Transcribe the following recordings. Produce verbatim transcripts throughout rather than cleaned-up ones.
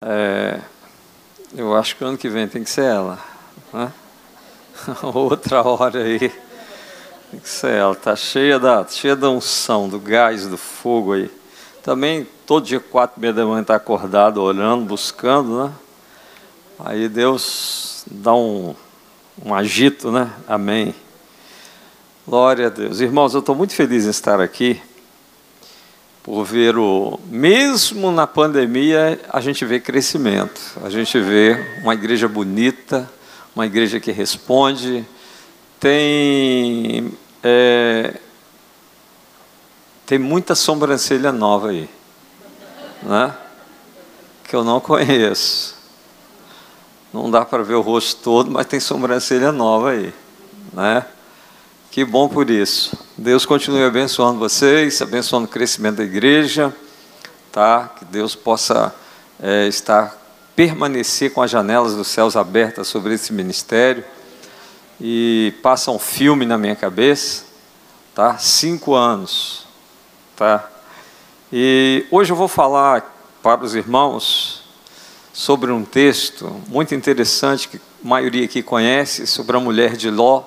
É, eu acho que o ano que vem tem que ser ela, né? Outra hora aí tem que ser ela. Está cheia da, cheia da unção, do gás, do fogo aí. Também todo dia quatro e meia da manhã está acordado, orando, buscando, né? Aí Deus dá um, um agito, né? Amém. Glória a Deus. Irmãos, eu estou muito feliz em estar aqui, por ver o... Mesmo na pandemia, a gente vê crescimento. A gente vê uma igreja bonita, uma igreja que responde. Tem... É, tem muita sobrancelha nova aí, né? Que eu não conheço. Não dá para ver o rosto todo, mas tem sobrancelha nova aí, né? Que bom por isso. Deus continue abençoando vocês, abençoando o crescimento da igreja, tá? Que Deus possa é, estar, permanecer com as janelas dos céus abertas sobre esse ministério. E passa um filme na minha cabeça, tá? Cinco anos, tá? E hoje eu vou falar para os irmãos sobre um texto muito interessante que a maioria aqui conhece, sobre a mulher de Ló.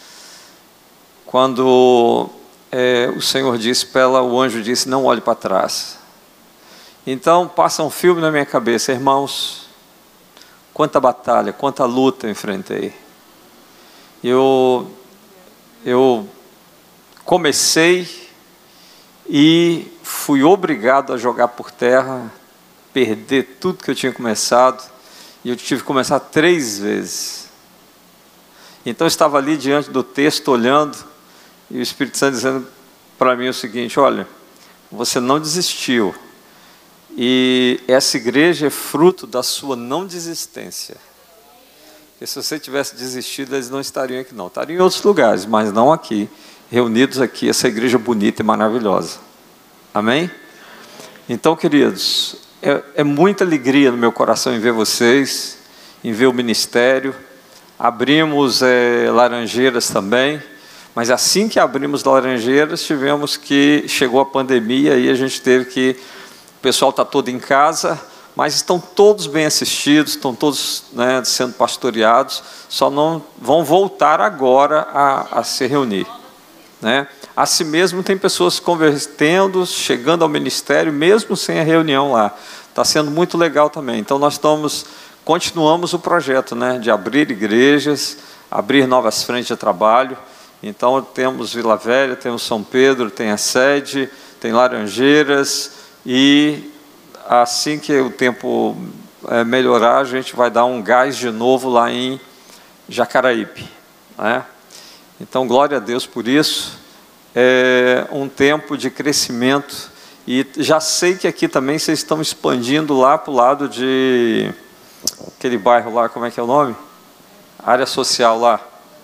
Quando é, o Senhor disse para ela, o anjo disse, não olhe para trás. Então, passa um filme na minha cabeça, irmãos, quanta batalha, quanta luta eu enfrentei. Eu, eu comecei e fui obrigado a jogar por terra, perder tudo que eu tinha começado, e eu tive que começar três vezes. Então, eu estava ali diante do texto, olhando, e o Espírito Santo dizendo para mim o seguinte, olha, você não desistiu, e essa igreja é fruto da sua não desistência. Porque se você tivesse desistido, eles não estariam aqui não, estariam em outros lugares, mas não aqui, reunidos aqui, essa igreja bonita e maravilhosa. Amém? Então, queridos, é, é muita alegria no meu coração em ver vocês, em ver o ministério. Abrimos é, Laranjeiras também, mas assim que abrimos Laranjeiras, tivemos que, chegou a pandemia e a gente teve que, o pessoal está todo em casa, mas estão todos bem assistidos, estão todos, né, sendo pastoreados, só não vão voltar agora a, a se reunir, né? Assim mesmo tem pessoas se convertendo, chegando ao ministério, mesmo sem a reunião lá. Está sendo muito legal também. Então nós estamos, continuamos o projeto, né, de abrir igrejas, abrir novas frentes de trabalho. Então temos Vila Velha, temos São Pedro, tem a sede, tem Laranjeiras, e assim que o tempo é, melhorar, a gente vai dar um gás de novo lá em Jacaraípe, né? Então glória a Deus por isso. É um tempo de crescimento, e já sei que aqui também vocês estão expandindo lá para o lado de aquele bairro lá, como é que é o nome? Área social lá.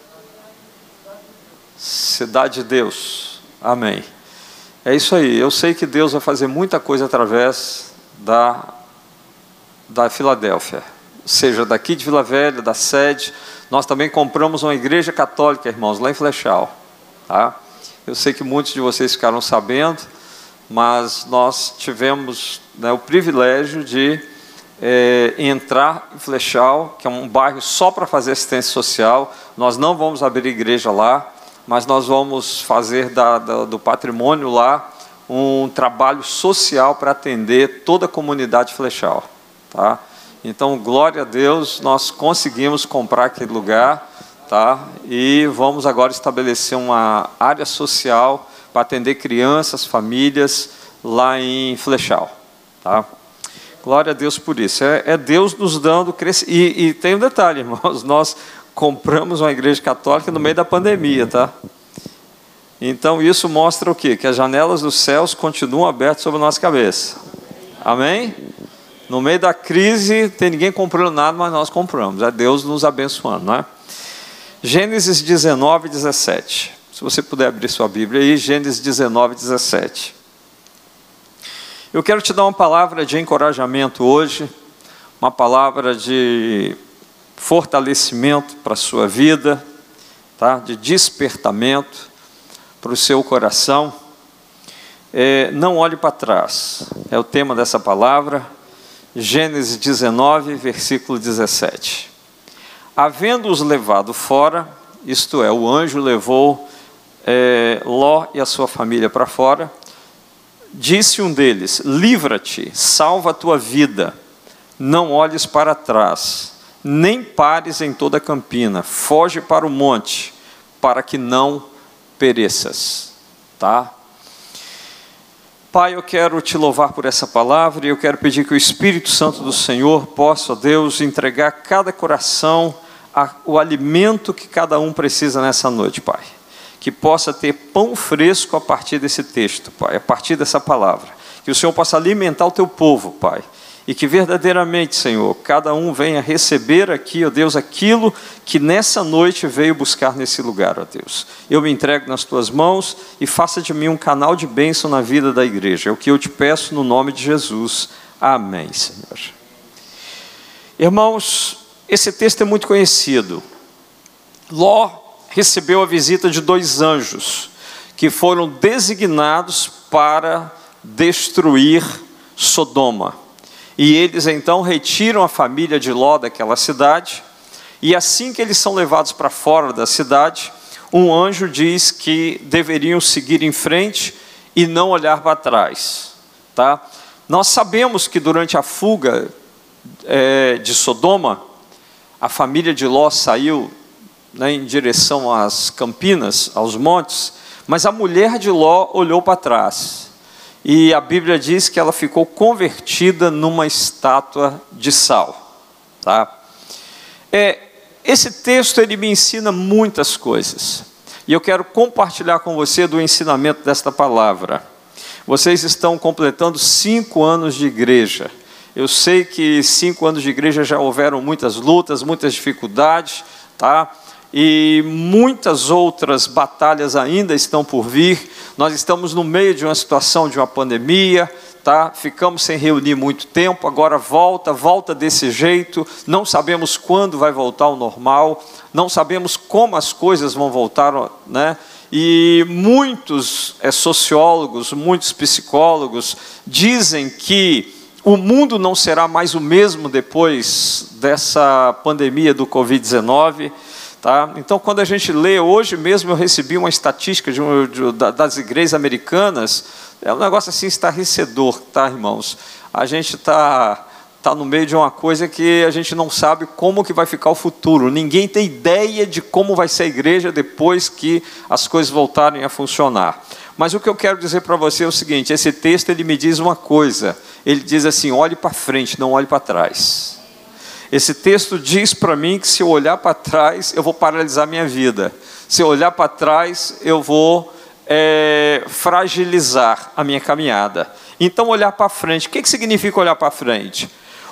Cidade de Deus, amém. É isso aí, eu sei que Deus vai fazer muita coisa através da, da Filadélfia, seja daqui de Vila Velha, da sede. Nós também compramos uma igreja católica, irmãos, lá em Flechal, tá? Eu sei que muitos de vocês ficaram sabendo, mas nós tivemos, né, o privilégio de é, entrar em Flechal, que é um bairro só para fazer assistência social. Nós não vamos abrir igreja lá, mas nós vamos fazer da, da, do patrimônio lá um trabalho social para atender toda a comunidade Flechal, tá? Então, glória a Deus, nós conseguimos comprar aquele lugar, tá? E vamos agora estabelecer uma área social para atender crianças, famílias lá em Flechal, tá? Glória a Deus por isso. É, é Deus nos dando crescimento. E, e tem um detalhe, irmãos, nós compramos uma igreja católica no meio da pandemia, tá? Então isso mostra o quê? Que as janelas dos céus continuam abertas sobre a nossa cabeça. Amém? No meio da crise, tem ninguém comprando nada, mas nós compramos. É Deus nos abençoando, não é? Gênesis dezenove, dezessete. Se você puder abrir sua Bíblia aí, Gênesis dezenove, dezessete. Eu quero te dar uma palavra de encorajamento hoje, uma palavra de fortalecimento para a sua vida, tá? De despertamento para o seu coração. É, não olhe para trás, é o tema dessa palavra. Gênesis dezenove, versículo dezessete. Havendo-os levado fora, isto é, o anjo levou é, Ló e a sua família para fora, disse um deles: livra-te, salva a tua vida, não olhes para trás, nem pares em toda a campina, foge para o monte, para que não pereças. Tá? Pai, eu quero te louvar por essa palavra e eu quero pedir que o Espírito Santo do Senhor possa, ó Deus, entregar a cada coração a, o alimento que cada um precisa nessa noite, Pai. Que possa ter pão fresco a partir desse texto, Pai, a partir dessa palavra. Que o Senhor possa alimentar o teu povo, Pai. E que verdadeiramente, Senhor, cada um venha receber aqui, ó Deus, aquilo que nessa noite veio buscar nesse lugar, ó Deus. Eu me entrego nas tuas mãos e faça de mim um canal de bênção na vida da igreja. É o que eu te peço no nome de Jesus. Amém, Senhor. Irmãos, esse texto é muito conhecido. Ló recebeu a visita de dois anjos que foram designados para destruir Sodoma. E eles então retiram a família de Ló daquela cidade, e assim que eles são levados para fora da cidade, um anjo diz que deveriam seguir em frente e não olhar para trás. Tá? Nós sabemos que durante a fuga é, de Sodoma, a família de Ló saiu, né, em direção às campinas, aos montes, mas a mulher de Ló olhou para trás. E a Bíblia diz que ela ficou convertida numa estátua de sal. Tá? É, esse texto ele me ensina muitas coisas. E eu quero compartilhar com você do ensinamento desta palavra. Vocês estão completando cinco anos de igreja. Eu sei que cinco anos de igreja já houveram muitas lutas, muitas dificuldades, tá? E muitas outras batalhas ainda estão por vir. Nós estamos no meio de uma situação de uma pandemia, tá? Ficamos sem reunir muito tempo, agora volta, volta desse jeito, não sabemos quando vai voltar ao normal, não sabemos como as coisas vão voltar, né? E muitos é, sociólogos, muitos psicólogos dizem que o mundo não será mais o mesmo depois dessa pandemia do covid dezenove. Tá? Então, quando a gente lê, hoje mesmo eu recebi uma estatística de um, de, das igrejas americanas, é um negócio assim estarrecedor, tá, irmãos? A gente está tá no meio de uma coisa que a gente não sabe como que vai ficar o futuro. Ninguém tem ideia de como vai ser a igreja depois que as coisas voltarem a funcionar. Mas o que eu quero dizer para você é o seguinte, esse texto ele me diz uma coisa, ele diz assim, olhe para frente, não olhe para trás. Esse texto diz para mim que se eu olhar para trás, eu vou paralisar minha vida. Se eu olhar para trás, eu vou é, fragilizar a minha caminhada. Então, olhar para frente. O que, que significa olhar para frente?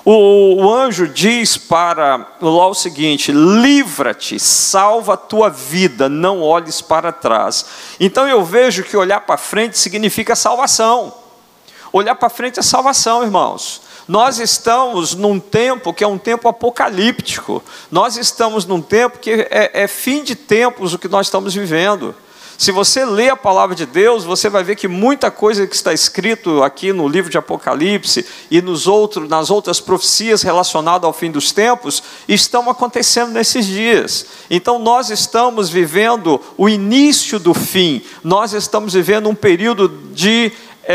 O, o anjo diz para Ló o seguinte, livra-te, salva a tua vida, não olhes para trás. Então, eu vejo que olhar para frente significa salvação. Olhar para frente é salvação, irmãos. Nós estamos num tempo que é um tempo apocalíptico. Nós estamos num tempo que é, é fim de tempos o que nós estamos vivendo. Se você lê a palavra de Deus, você vai ver que muita coisa que está escrito aqui no livro de Apocalipse e nos outros, nas outras profecias relacionadas ao fim dos tempos, estão acontecendo nesses dias. Então nós estamos vivendo o início do fim. Nós estamos vivendo um período de,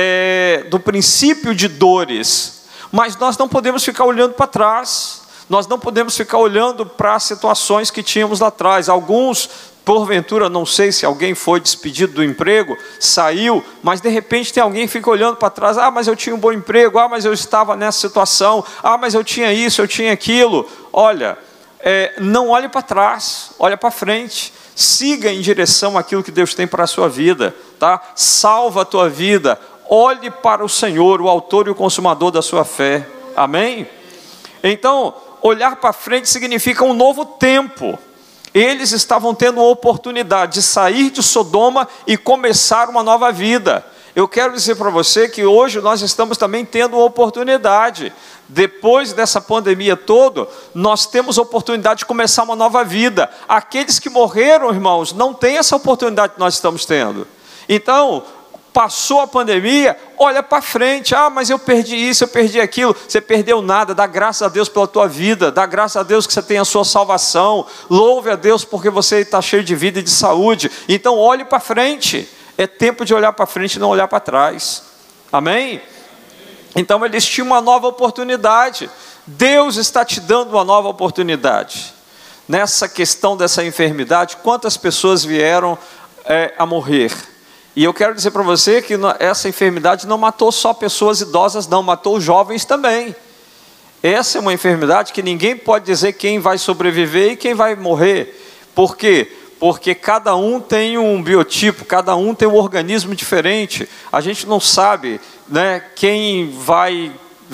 é, do princípio de dores. Mas nós não podemos ficar olhando para trás, nós não podemos ficar olhando para as situações que tínhamos lá atrás. Alguns, porventura, não sei se alguém foi despedido do emprego, saiu, mas de repente tem alguém que fica olhando para trás, ah, mas eu tinha um bom emprego, ah, mas eu estava nessa situação, ah, mas eu tinha isso, eu tinha aquilo. Olha, é, não olhe para trás, olha para frente. Siga em direção àquilo que Deus tem para a sua vida, tá? Salva a tua vida. Olhe para o Senhor, o autor e o consumador da sua fé. Amém? Então, olhar para frente significa um novo tempo. Eles estavam tendo uma oportunidade de sair de Sodoma e começar uma nova vida. Eu quero dizer para você que hoje nós estamos também tendo uma oportunidade. Depois dessa pandemia toda, nós temos a oportunidade de começar uma nova vida. Aqueles que morreram, irmãos, não têm essa oportunidade que nós estamos tendo. Então, Passou a pandemia, olha para frente. Ah, mas eu perdi isso, eu perdi aquilo. Você perdeu nada, dá graças a Deus pela tua vida, dá graças a Deus que você tem a sua salvação, louve a Deus porque você está cheio de vida e de saúde. Então olhe para frente, é tempo de olhar para frente e não olhar para trás. Amém? Então eles tinham uma nova oportunidade. Deus está te dando uma nova oportunidade. Nessa questão dessa enfermidade, quantas pessoas vieram é, a morrer? E eu quero dizer para você que essa enfermidade não matou só pessoas idosas, não, matou jovens também. Essa é uma enfermidade que ninguém pode dizer quem vai sobreviver e quem vai morrer. Por quê? Porque cada um tem um biotipo, cada um tem um organismo diferente. A gente não sabe, né, quem vai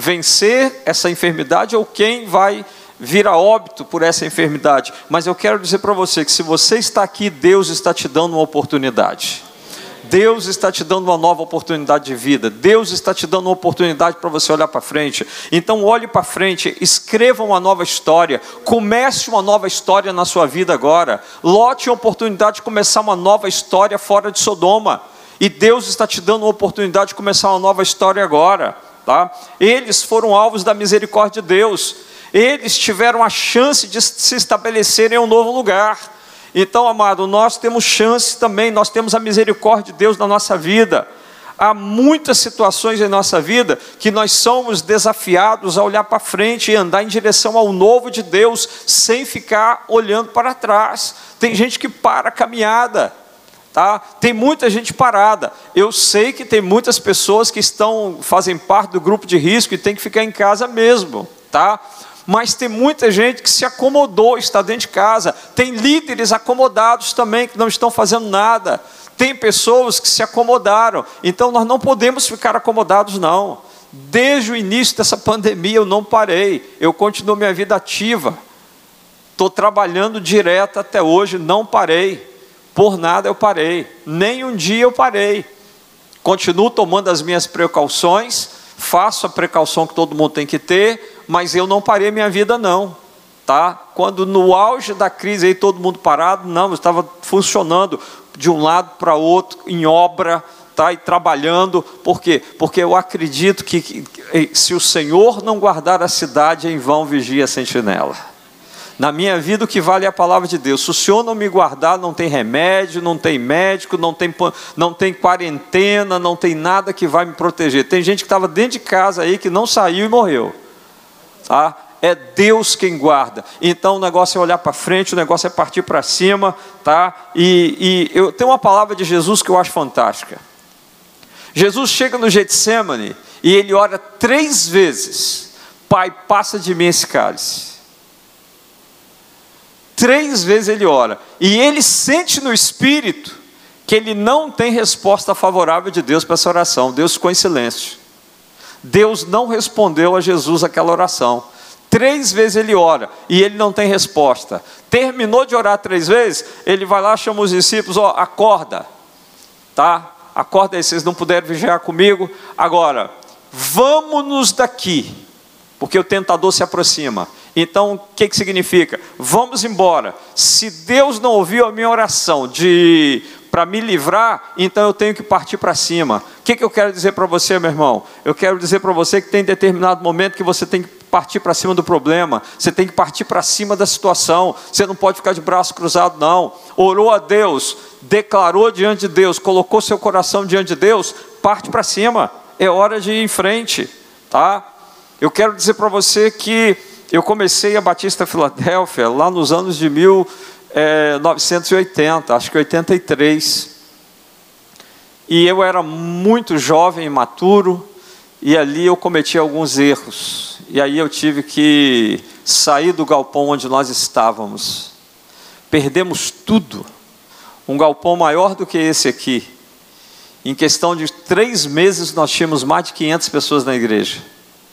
vencer essa enfermidade ou quem vai vir a óbito por essa enfermidade. Mas eu quero dizer para você que se você está aqui, Deus está te dando uma oportunidade. Deus está te dando uma nova oportunidade de vida. Deus está te dando uma oportunidade para você olhar para frente. Então olhe para frente, escreva uma nova história, comece uma nova história na sua vida agora. Ló tinha a oportunidade de começar uma nova história fora de Sodoma, e Deus está te dando uma oportunidade de começar uma nova história agora, tá? Eles foram alvos da misericórdia de Deus, eles tiveram a chance de se estabelecer em um novo lugar. Então, amado, nós temos chance também, nós temos a misericórdia de Deus na nossa vida. Há muitas situações em nossa vida que nós somos desafiados a olhar para frente e andar em direção ao novo de Deus, sem ficar olhando para trás. Tem gente que para a caminhada, tá? Tem muita gente parada. Eu sei que tem muitas pessoas que estão, fazem parte do grupo de risco e tem que ficar em casa mesmo, tá? Mas tem muita gente que se acomodou, está dentro de casa. Tem líderes acomodados também, que não estão fazendo nada. Tem pessoas que se acomodaram. Então nós não podemos ficar acomodados, não. Desde o início dessa pandemia eu não parei. Eu continuo minha vida ativa. Estou trabalhando direto até hoje, não parei. Por nada eu parei. Nem um dia eu parei. Continuo tomando as minhas precauções. Faço a precaução que todo mundo tem que ter. Mas eu não parei minha vida não, tá? Quando no auge da crise aí todo mundo parado, não, eu estava funcionando de um lado para outro, em obra, tá? E trabalhando. Por quê? Porque eu acredito que, que se o Senhor não guardar a cidade, em vão vigia a sentinela. Na minha vida o que vale é a palavra de Deus. Se o Senhor não me guardar, não tem remédio, não tem médico, não tem, não tem quarentena, não tem nada que vai me proteger. Tem gente que estava dentro de casa aí que não saiu e morreu. Tá? É Deus quem guarda. Então o negócio é olhar para frente, o negócio é partir para cima, tá? E, e eu tenho uma palavra de Jesus que eu acho fantástica. Jesus chega no Getsêmani e ele ora três vezes: Pai, passa de mim esse cálice. Três vezes ele ora, e ele sente no espírito que ele não tem resposta favorável de Deus para essa oração. Deus ficou em silêncio. Deus não respondeu a Jesus aquela oração. Três vezes ele ora e ele não tem resposta. Terminou de orar três vezes, ele vai lá, chama os discípulos: ó, acorda, tá? Acorda aí, vocês não puderam vigiar comigo. Agora, vamos-nos daqui, porque o tentador se aproxima. Então, o que que significa? Vamos embora. Se Deus não ouviu a minha oração de para me livrar, então eu tenho que partir para cima. O que que eu quero dizer para você, meu irmão? Eu quero dizer para você que tem determinado momento que você tem que partir para cima do problema, você tem que partir para cima da situação, você não pode ficar de braço cruzado não. Orou a Deus, declarou diante de Deus, colocou seu coração diante de Deus, parte para cima, é hora de ir em frente, tá? Eu quero dizer para você que eu comecei a Batista Filadélfia lá nos anos de mil novecentos e oitenta, acho que oitenta e três, e eu era muito jovem, imaturo, e ali eu cometi alguns erros, e aí eu tive que sair do galpão onde nós estávamos. Perdemos tudo, um galpão maior do que esse aqui. Em questão de três meses nós tínhamos mais de quinhentas pessoas na igreja.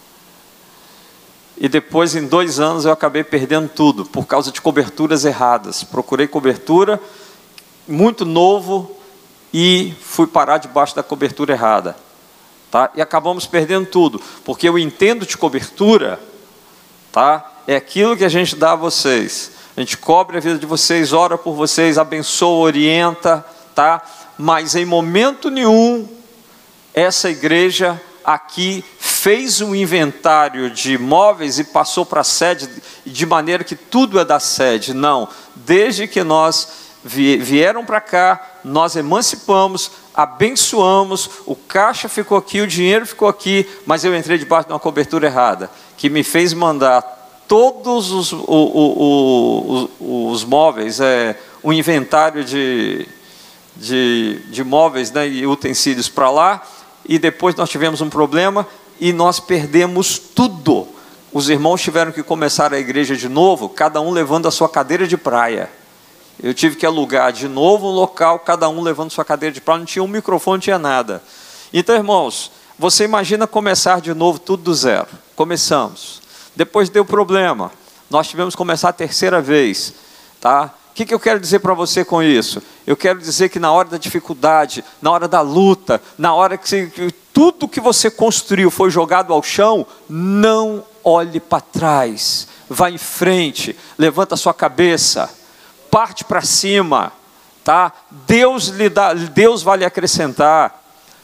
E depois, em dois anos, eu acabei perdendo tudo, por causa de coberturas erradas. Procurei cobertura, muito novo, e fui parar debaixo da cobertura errada. Tá? E acabamos perdendo tudo, porque eu entendo de cobertura, tá? É aquilo que a gente dá a vocês. A gente cobre a vida de vocês, ora por vocês, abençoa, orienta, tá? Mas em momento nenhum essa igreja aqui fez um inventário de móveis e passou para a sede, de maneira que tudo é da sede. Não, desde que nós vieram para cá, nós emancipamos, abençoamos, o caixa ficou aqui, o dinheiro ficou aqui, mas eu entrei debaixo de uma cobertura errada, que me fez mandar todos os, o, o, o, os móveis, é, um inventário de, de, de móveis, né, e utensílios para lá, e depois nós tivemos um problema e nós perdemos tudo. Os irmãos tiveram que começar a igreja de novo, cada um levando a sua cadeira de praia. Eu tive que alugar de novo um local, cada um levando sua cadeira de praia, não tinha um microfone, não tinha nada. Então, irmãos, você imagina começar de novo tudo do zero. Começamos. Depois deu problema. Nós tivemos que começar a terceira vez. Tá? O que, que eu quero dizer para você com isso? Eu quero dizer que na hora da dificuldade, na hora da luta, na hora que, você, que tudo que você construiu foi jogado ao chão, não olhe para trás. Vá em frente, levanta a sua cabeça. Parte para cima, tá? Deus lhe dá, Deus vai lhe acrescentar.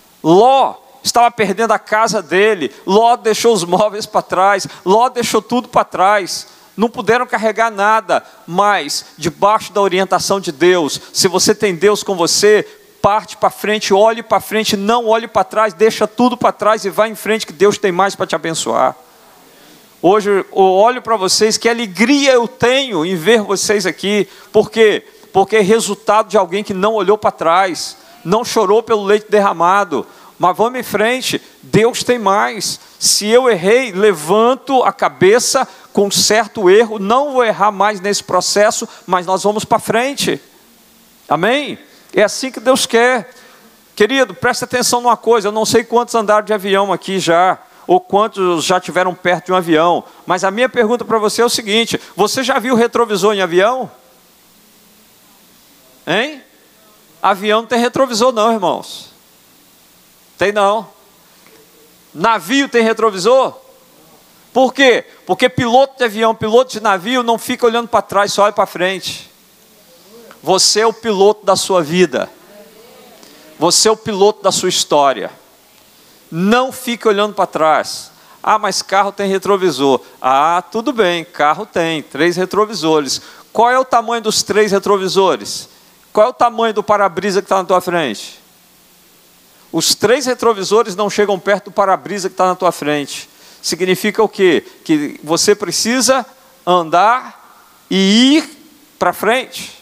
Ló estava perdendo a casa dele, Ló deixou os móveis para trás, Ló deixou tudo para trás, não puderam carregar nada, mas debaixo da orientação de Deus, se você tem Deus com você, parte para frente, olhe para frente, não olhe para trás, deixa tudo para trás e vai em frente, que Deus tem mais para te abençoar. Hoje eu olho para vocês, que alegria eu tenho em ver vocês aqui. Por quê? Porque é resultado de alguém que não olhou para trás, não chorou pelo leite derramado. Mas vamos em frente, Deus tem mais. Se eu errei, levanto a cabeça, conserto o erro, não vou errar mais nesse processo, mas nós vamos para frente. Amém? É assim que Deus quer. Querido, presta atenção numa coisa, eu não sei quantos andaram de avião aqui já, ou quantos já tiveram perto de um avião, mas a minha pergunta para você é o seguinte: você já viu retrovisor em avião? Hein? Avião não tem retrovisor não, irmãos. Tem não. Navio tem retrovisor? Por quê? Porque piloto de avião, piloto de navio não fica olhando para trás, só olha para frente. Você é o piloto da sua vida. Você é o piloto da sua história. Não fique olhando para trás. Ah, mas carro tem retrovisor. Ah, tudo bem, carro tem, três retrovisores. Qual é o tamanho dos três retrovisores? Qual é o tamanho do para-brisa que está na tua frente? Os três retrovisores não chegam perto do para-brisa que está na tua frente. Significa o quê? Que você precisa andar e ir para frente.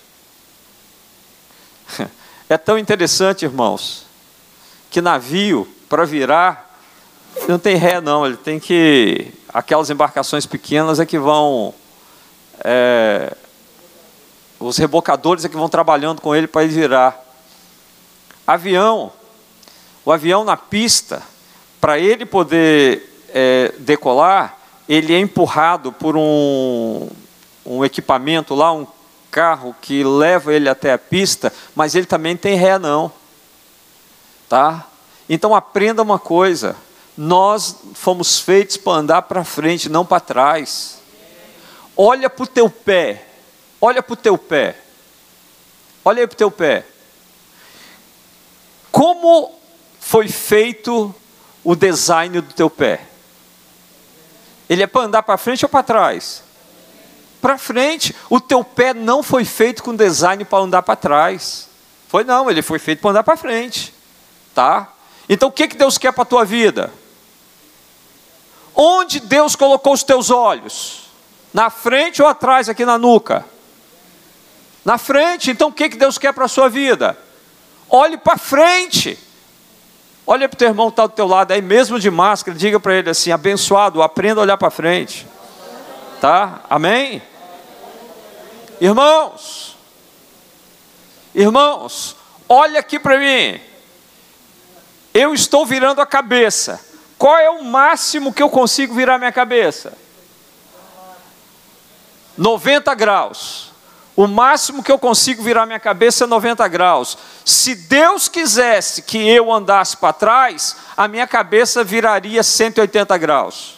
É tão interessante, irmãos, que navio, para virar, não tem ré não, ele tem que, aquelas embarcações pequenas é que vão, é, os rebocadores é que vão trabalhando com ele para ele virar. Avião, o avião na pista, para ele poder é, decolar, ele é empurrado por um, um equipamento lá, um carro que leva ele até a pista, mas ele também tem ré não, tá? Então aprenda uma coisa, nós fomos feitos para andar para frente, não para trás. Olha para o teu pé, olha para o teu pé, olha aí para o teu pé. Como foi feito o design do teu pé? Ele é para andar para frente ou para trás? Para frente. O teu pé não foi feito com design para andar para trás. Foi não, ele foi feito para andar para frente. Tá? Então o que, que Deus quer para a tua vida? Onde Deus colocou os teus olhos? Na frente ou atrás, aqui na nuca? Na frente. Então o que, que Deus quer para a sua vida? Olhe para frente. Olha para o teu irmão que está do teu lado aí, mesmo de máscara, diga para ele assim: abençoado, aprenda a olhar para frente. Tá? Amém? Irmãos, irmãos, olha aqui para mim. Eu estou virando a cabeça. Qual é o máximo que eu consigo virar minha cabeça? noventa graus. O máximo que eu consigo virar minha cabeça é noventa graus. Se Deus quisesse que eu andasse para trás, a minha cabeça viraria cento e oitenta graus.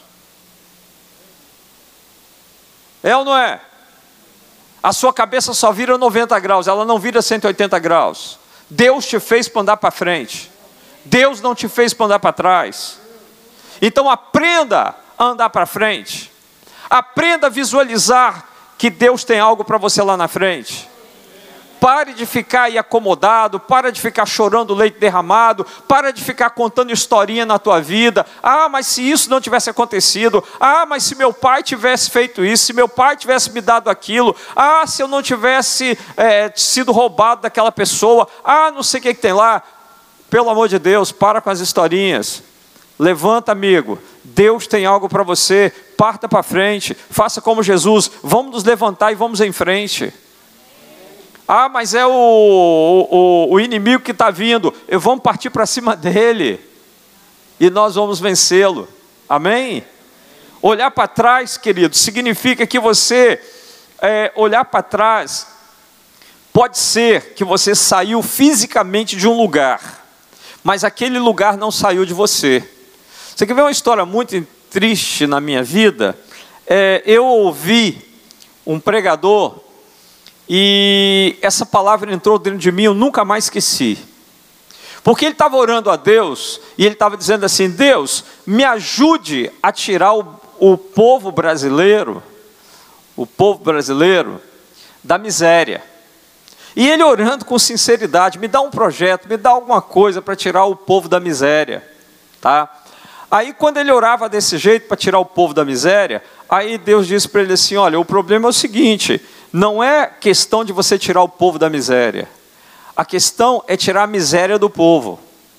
É ou não é? A sua cabeça só vira noventa graus, ela não vira cento e oitenta graus. Deus te fez para andar para frente. Deus não te fez para andar para trás. Então aprenda a andar para frente. Aprenda a visualizar que Deus tem algo para você lá na frente. Pare de ficar aí acomodado, para de ficar chorando leite derramado, para de ficar contando historinha na tua vida. Ah, mas se isso não tivesse acontecido, ah, mas se meu pai tivesse feito isso, se meu pai tivesse me dado aquilo, ah, se eu não tivesse é, sido roubado daquela pessoa, ah, não sei o que, que tem lá. Pelo amor de Deus, para com as historinhas. Levanta, amigo, Deus tem algo para você, parta para frente, faça como Jesus, vamos nos levantar e vamos em frente. Ah, mas é o, o, o inimigo que está vindo, vamos partir para cima dele, e nós vamos vencê-lo, amém? Olhar para trás, querido, significa que você, é, olhar para trás, pode ser que você saiu fisicamente de um lugar, mas aquele lugar não saiu de você. Você quer ver uma história muito triste na minha vida? É, eu ouvi um pregador, e essa palavra entrou dentro de mim, eu nunca mais esqueci. Porque ele estava orando a Deus, e ele estava dizendo assim: Deus, me ajude a tirar o, o povo brasileiro, o povo brasileiro, da miséria. E ele orando com sinceridade, me dá um projeto, me dá alguma coisa para tirar o povo da miséria, tá? Aí quando ele orava desse jeito para tirar o povo da miséria, aí Deus disse para ele assim: olha, o problema é o seguinte, não é questão de você tirar o povo da miséria, a questão é tirar a miséria do povo.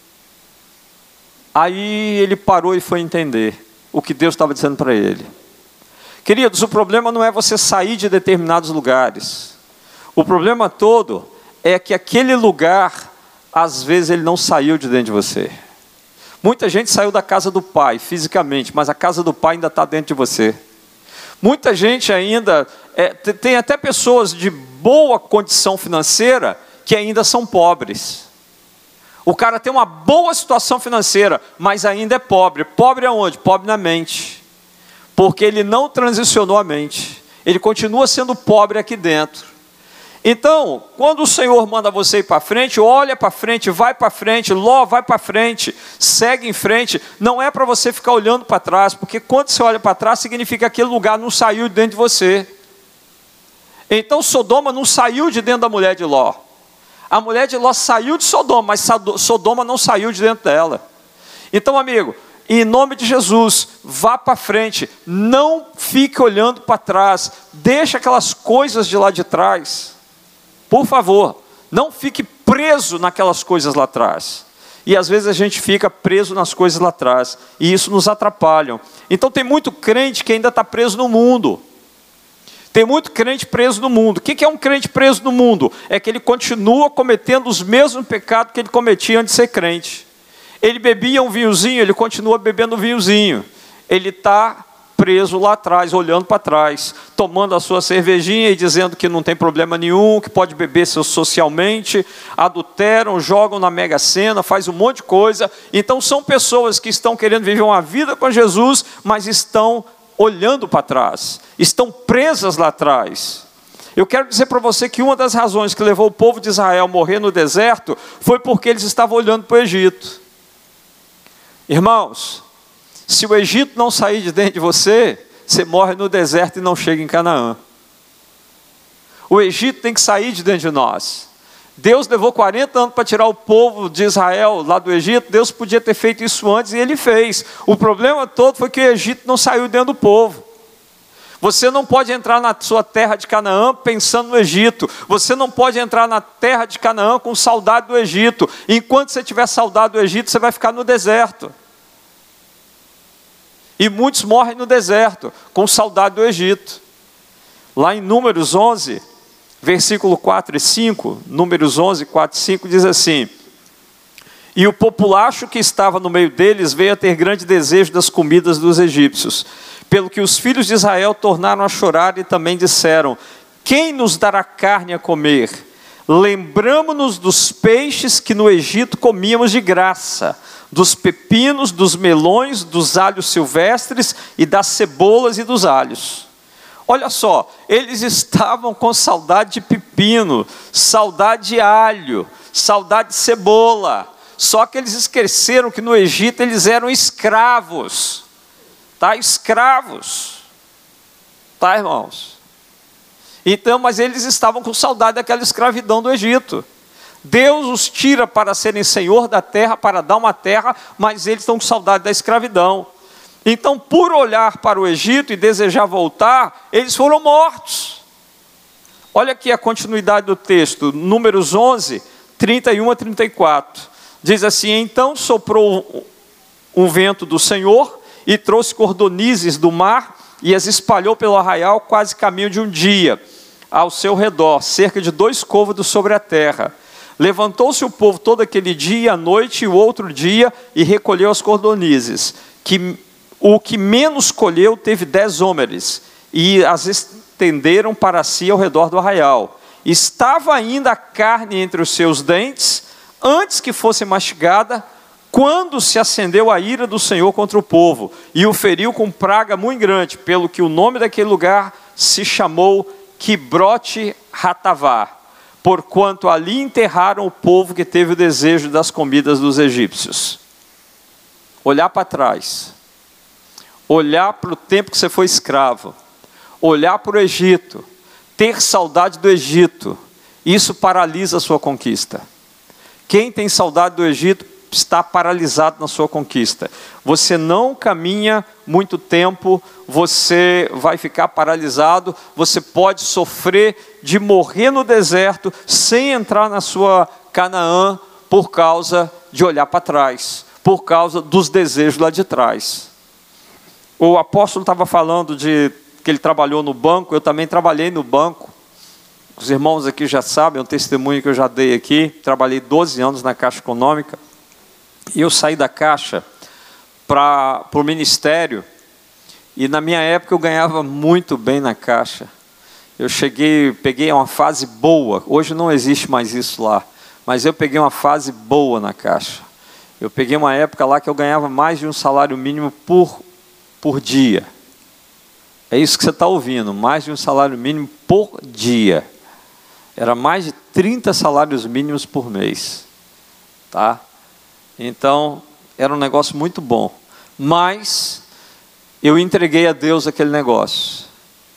Aí ele parou e foi entender o que Deus estava dizendo para ele. Queridos, o problema não é você sair de determinados lugares, o problema todo é que aquele lugar, às vezes ele não saiu de dentro de você. Muita gente saiu da casa do pai, fisicamente, mas a casa do pai ainda está dentro de você. Muita gente ainda, é, tem até pessoas de boa condição financeira, que ainda são pobres. O cara tem uma boa situação financeira, mas ainda é pobre. Pobre aonde? Pobre na mente. Porque ele não transicionou a mente. Ele continua sendo pobre aqui dentro. Então, quando o Senhor manda você ir para frente, olha para frente, vai para frente, Ló, vai para frente, segue em frente. Não é para você ficar olhando para trás, porque quando você olha para trás, significa que aquele lugar não saiu de dentro de você. Então, Sodoma não saiu de dentro da mulher de Ló. A mulher de Ló saiu de Sodoma, mas Sodoma não saiu de dentro dela. Então, amigo, em nome de Jesus, vá para frente, não fique olhando para trás, deixa aquelas coisas de lá de trás. Por favor, não fique preso naquelas coisas lá atrás. E às vezes a gente fica preso nas coisas lá atrás, e isso nos atrapalha. Então tem muito crente que ainda está preso no mundo. Tem muito crente preso no mundo. O que é um crente preso no mundo? É que ele continua cometendo os mesmos pecados que ele cometia antes de ser crente. Ele bebia um vinhozinho, ele continua bebendo um vinhozinho. Ele está preso lá atrás, olhando para trás, tomando a sua cervejinha e dizendo que não tem problema nenhum, que pode beber socialmente, adulteram, jogam na Mega Sena, faz um monte de coisa. Então são pessoas que estão querendo viver uma vida com Jesus, mas estão olhando para trás, estão presas lá atrás. Eu quero dizer para você que uma das razões que levou o povo de Israel a morrer no deserto foi porque eles estavam olhando para o Egito. Irmãos, se o Egito não sair de dentro de você, você morre no deserto e não chega em Canaã. O Egito tem que sair de dentro de nós. Deus levou quarenta anos para tirar o povo de Israel lá do Egito. Deus podia ter feito isso antes e ele fez. O problema todo foi que o Egito não saiu dentro do povo. Você não pode entrar na sua terra de Canaã pensando no Egito. Você não pode entrar na terra de Canaã com saudade do Egito. Enquanto você tiver saudade do Egito, você vai ficar no deserto. E muitos morrem no deserto, com saudade do Egito. Lá em Números onze, versículo quatro e cinco, Números onze, quatro e cinco, diz assim: e o populacho que estava no meio deles veio a ter grande desejo das comidas dos egípcios, pelo que os filhos de Israel tornaram a chorar e também disseram: quem nos dará carne a comer? Lembramo-nos dos peixes que no Egito comíamos de graça, dos pepinos, dos melões, dos alhos silvestres e das cebolas e dos alhos. Olha só, eles estavam com saudade de pepino, saudade de alho, saudade de cebola. Só que eles esqueceram que no Egito eles eram escravos. Tá? Escravos. Tá, irmãos? Então, mas eles estavam com saudade daquela escravidão do Egito. Deus os tira para serem senhor da terra, para dar uma terra, mas eles estão com saudade da escravidão. Então, por olhar para o Egito e desejar voltar, eles foram mortos. Olha aqui a continuidade do texto, Números onze, trinta e um a trinta e quatro. Diz assim: então soprou um vento do Senhor e trouxe cordonizes do mar e as espalhou pelo arraial quase caminho de um dia, ao seu redor, cerca de dois côvados sobre a terra. Levantou-se o povo todo aquele dia, à noite e o outro dia, e recolheu as cordonizes. Que, o que menos colheu teve dez homeres, e as estenderam para si ao redor do arraial. Estava ainda a carne entre os seus dentes, antes que fosse mastigada, quando se acendeu a ira do Senhor contra o povo, e o feriu com praga muito grande, pelo que o nome daquele lugar se chamou Quibrote Hatavá, porquanto ali enterraram o povo que teve o desejo das comidas dos egípcios. Olhar para trás, olhar para o tempo que você foi escravo, olhar para o Egito, ter saudade do Egito, isso paralisa a sua conquista. Quem tem saudade do Egito está paralisado na sua conquista. Você não caminha muito tempo, você vai ficar paralisado, você pode sofrer de morrer no deserto sem entrar na sua Canaã por causa de olhar para trás, por causa dos desejos lá de trás. O apóstolo estava falando de que ele trabalhou no banco, eu também trabalhei no banco. Os irmãos aqui já sabem, é um testemunho que eu já dei aqui. Trabalhei doze anos na Caixa Econômica. E eu saí da Caixa para o ministério. E na minha época eu ganhava muito bem na Caixa. Eu cheguei, peguei uma fase boa. Hoje não existe mais isso lá. Mas eu peguei uma fase boa na Caixa. Eu peguei uma época lá que eu ganhava mais de um salário mínimo por, por dia. É isso que você está ouvindo, mais de um salário mínimo por dia. Era mais de trinta salários mínimos por mês. Tá? Então, era um negócio muito bom. Mas, eu entreguei a Deus aquele negócio.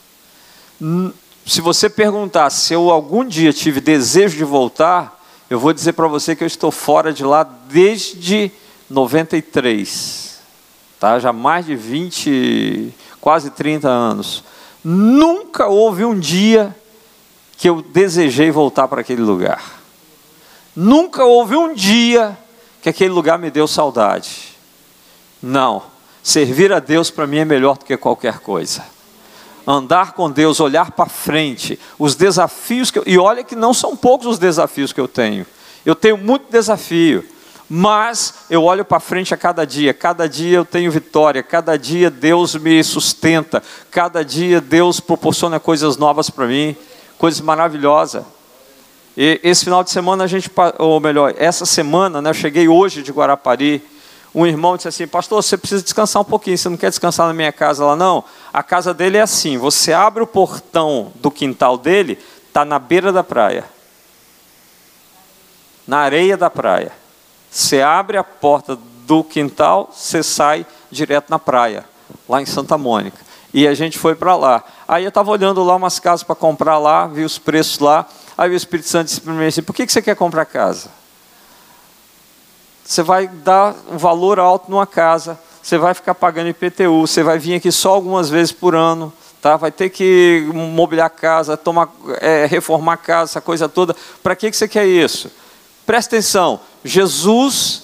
Se você perguntar se eu algum dia tive desejo de voltar, eu vou dizer para você que eu estou fora de lá desde noventa e três. Tá? Já mais de vinte, quase trinta anos. Nunca houve um dia que eu desejei voltar para aquele lugar. Nunca houve um dia que aquele lugar me deu saudade. Não. Servir a Deus para mim é melhor do que qualquer coisa. Andar com Deus, olhar para frente, os desafios que eu... E olha que não são poucos os desafios que eu tenho. Eu tenho muito desafio. Mas eu olho para frente a cada dia, cada dia eu tenho vitória, cada dia Deus me sustenta, cada dia Deus proporciona coisas novas para mim, coisas maravilhosas. E esse final de semana a gente, ou melhor, essa semana, né, eu cheguei hoje de Guarapari, um irmão disse assim: pastor, você precisa descansar um pouquinho, você não quer descansar na minha casa lá não? A casa dele é assim, você abre o portão do quintal dele, está na beira da praia, na areia da praia. Você abre a porta do quintal, você sai direto na praia, lá em Santa Mônica. E a gente foi para lá. Aí eu estava olhando lá umas casas para comprar lá, vi os preços lá. Aí o Espírito Santo disse para mim assim: por que você quer comprar casa? Você vai dar um valor alto numa casa, você vai ficar pagando I P T U, você vai vir aqui só algumas vezes por ano, tá? Vai ter que mobiliar a casa, tomar, é, reformar a casa, essa coisa toda. Para que você quer isso? Presta atenção, Jesus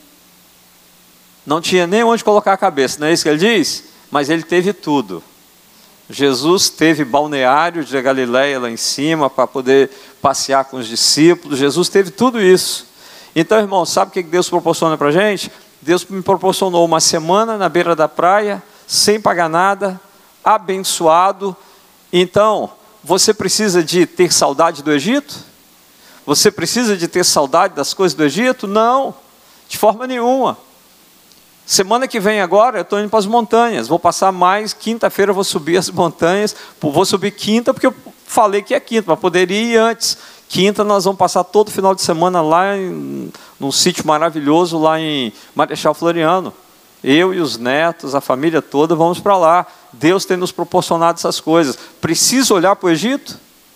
não tinha nem onde colocar a cabeça, não é isso que ele diz? Mas ele teve tudo. Jesus teve balneário de Galileia lá em cima para poder passear com os discípulos. Jesus teve tudo isso. Então, irmão, sabe o que Deus proporciona para a gente? Deus me proporcionou uma semana na beira da praia, sem pagar nada, abençoado. Então, você precisa de ter saudade do Egito? Você precisa de ter saudade das coisas do Egito? Não, de forma nenhuma. Semana que vem agora eu estou indo para as montanhas, vou passar mais, quinta-feira eu vou subir as montanhas, vou subir quinta porque eu falei que é quinta, mas poderia ir antes. Quinta nós vamos passar todo final de semana lá em, num sítio maravilhoso lá em Marechal Floriano. Eu e os netos, a família toda, vamos para lá. Deus tem nos proporcionado essas coisas. Precisa olhar para o Egito?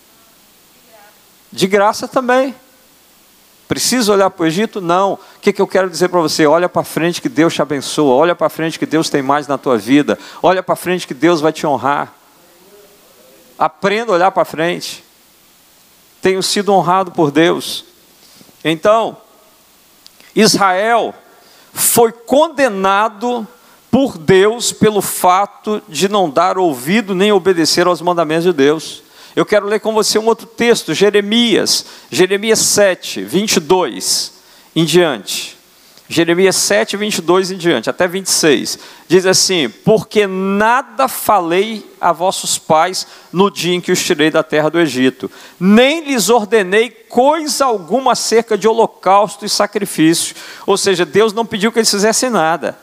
De graça também. Precisa olhar para o Egito? Não. O que, que eu quero dizer para você? Olha para frente que Deus te abençoa. Olha para frente que Deus tem mais na tua vida. Olha para frente que Deus vai te honrar. Aprenda a olhar para frente. Tenho sido honrado por Deus. Então, Israel foi condenado por Deus pelo fato de não dar ouvido nem obedecer aos mandamentos de Deus. Eu quero ler com você um outro texto, Jeremias, Jeremias sete, vinte e dois em diante. Jeremias sete, vinte e dois em diante, até vinte e seis. Diz assim: porque nada falei a vossos pais no dia em que os tirei da terra do Egito, nem lhes ordenei coisa alguma acerca de holocausto e sacrifício. Ou seja, Deus não pediu que eles fizessem nada.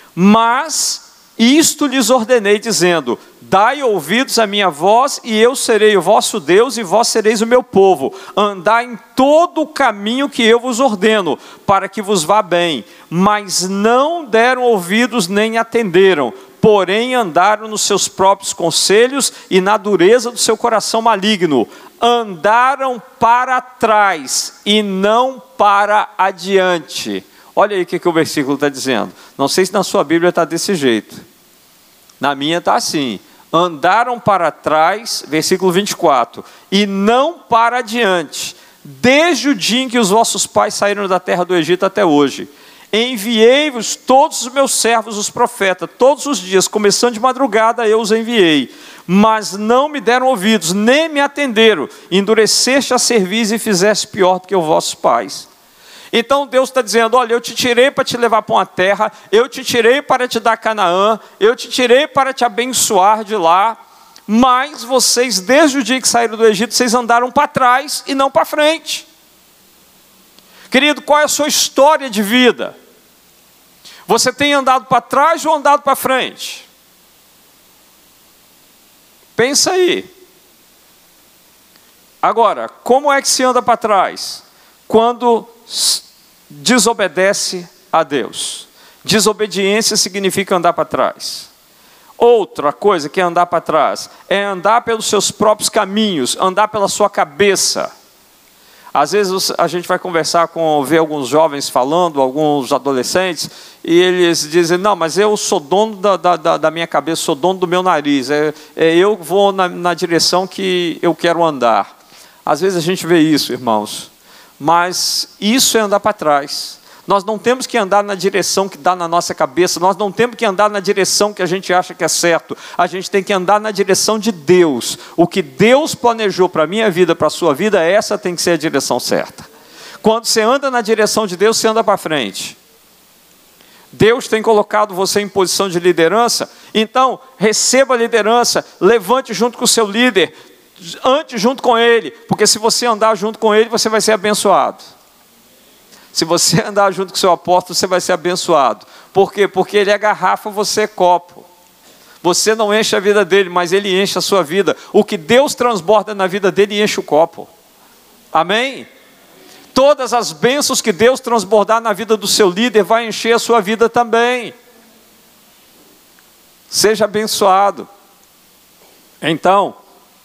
Mas isto lhes ordenei, dizendo: dai ouvidos à minha voz, e eu serei o vosso Deus, e vós sereis o meu povo. Andai em todo o caminho que eu vos ordeno, para que vos vá bem. Mas não deram ouvidos nem atenderam, porém andaram nos seus próprios conselhos e na dureza do seu coração maligno. Andaram para trás e não para adiante. Olha aí o que, que o versículo está dizendo. Não sei se na sua Bíblia está desse jeito. Na minha está assim: andaram para trás, versículo vinte e quatro, e não para adiante, desde o dia em que os vossos pais saíram da terra do Egito até hoje. Enviei-vos todos os meus servos, os profetas, todos os dias, começando de madrugada eu os enviei, mas não me deram ouvidos, nem me atenderam. Endureceste a cerviz e fizeste pior do que os vossos pais. Então Deus está dizendo: olha, eu te tirei para te levar para uma terra, eu te tirei para te dar Canaã, eu te tirei para te abençoar de lá, mas vocês, desde o dia que saíram do Egito, vocês andaram para trás e não para frente. Querido, qual é a sua história de vida? Você tem andado para trás ou andado para frente? Pensa aí. Agora, como é que se anda para trás? Quando desobedece a Deus. Desobediência significa andar para trás. Outra coisa que é andar para trás é andar pelos seus próprios caminhos, andar pela sua cabeça. Às vezes a gente vai conversar com, ver alguns jovens falando, alguns adolescentes, e eles dizem: não, mas eu sou dono da, da, da minha cabeça, sou dono do meu nariz, é, é, eu vou na, na direção que eu quero andar. Às vezes a gente vê isso, irmãos. Mas isso é andar para trás. Nós não temos que andar na direção que dá na nossa cabeça, nós não temos que andar na direção que a gente acha que é certo, a gente tem que andar na direção de Deus. O que Deus planejou para a minha vida, para a sua vida, essa tem que ser a direção certa. Quando você anda na direção de Deus, você anda para frente. Deus tem colocado você em posição de liderança, então receba a liderança, levante junto com o seu líder, ande junto com ele, porque se você andar junto com ele, você vai ser abençoado. Se você andar junto com o seu apóstolo, você vai ser abençoado. Por quê? Porque ele é garrafa, você é copo. Você não enche a vida dele, mas ele enche a sua vida. O que Deus transborda na vida dele, enche o copo. Amém? Todas as bênçãos que Deus transbordar na vida do seu líder, vai encher a sua vida também. Seja abençoado. Então,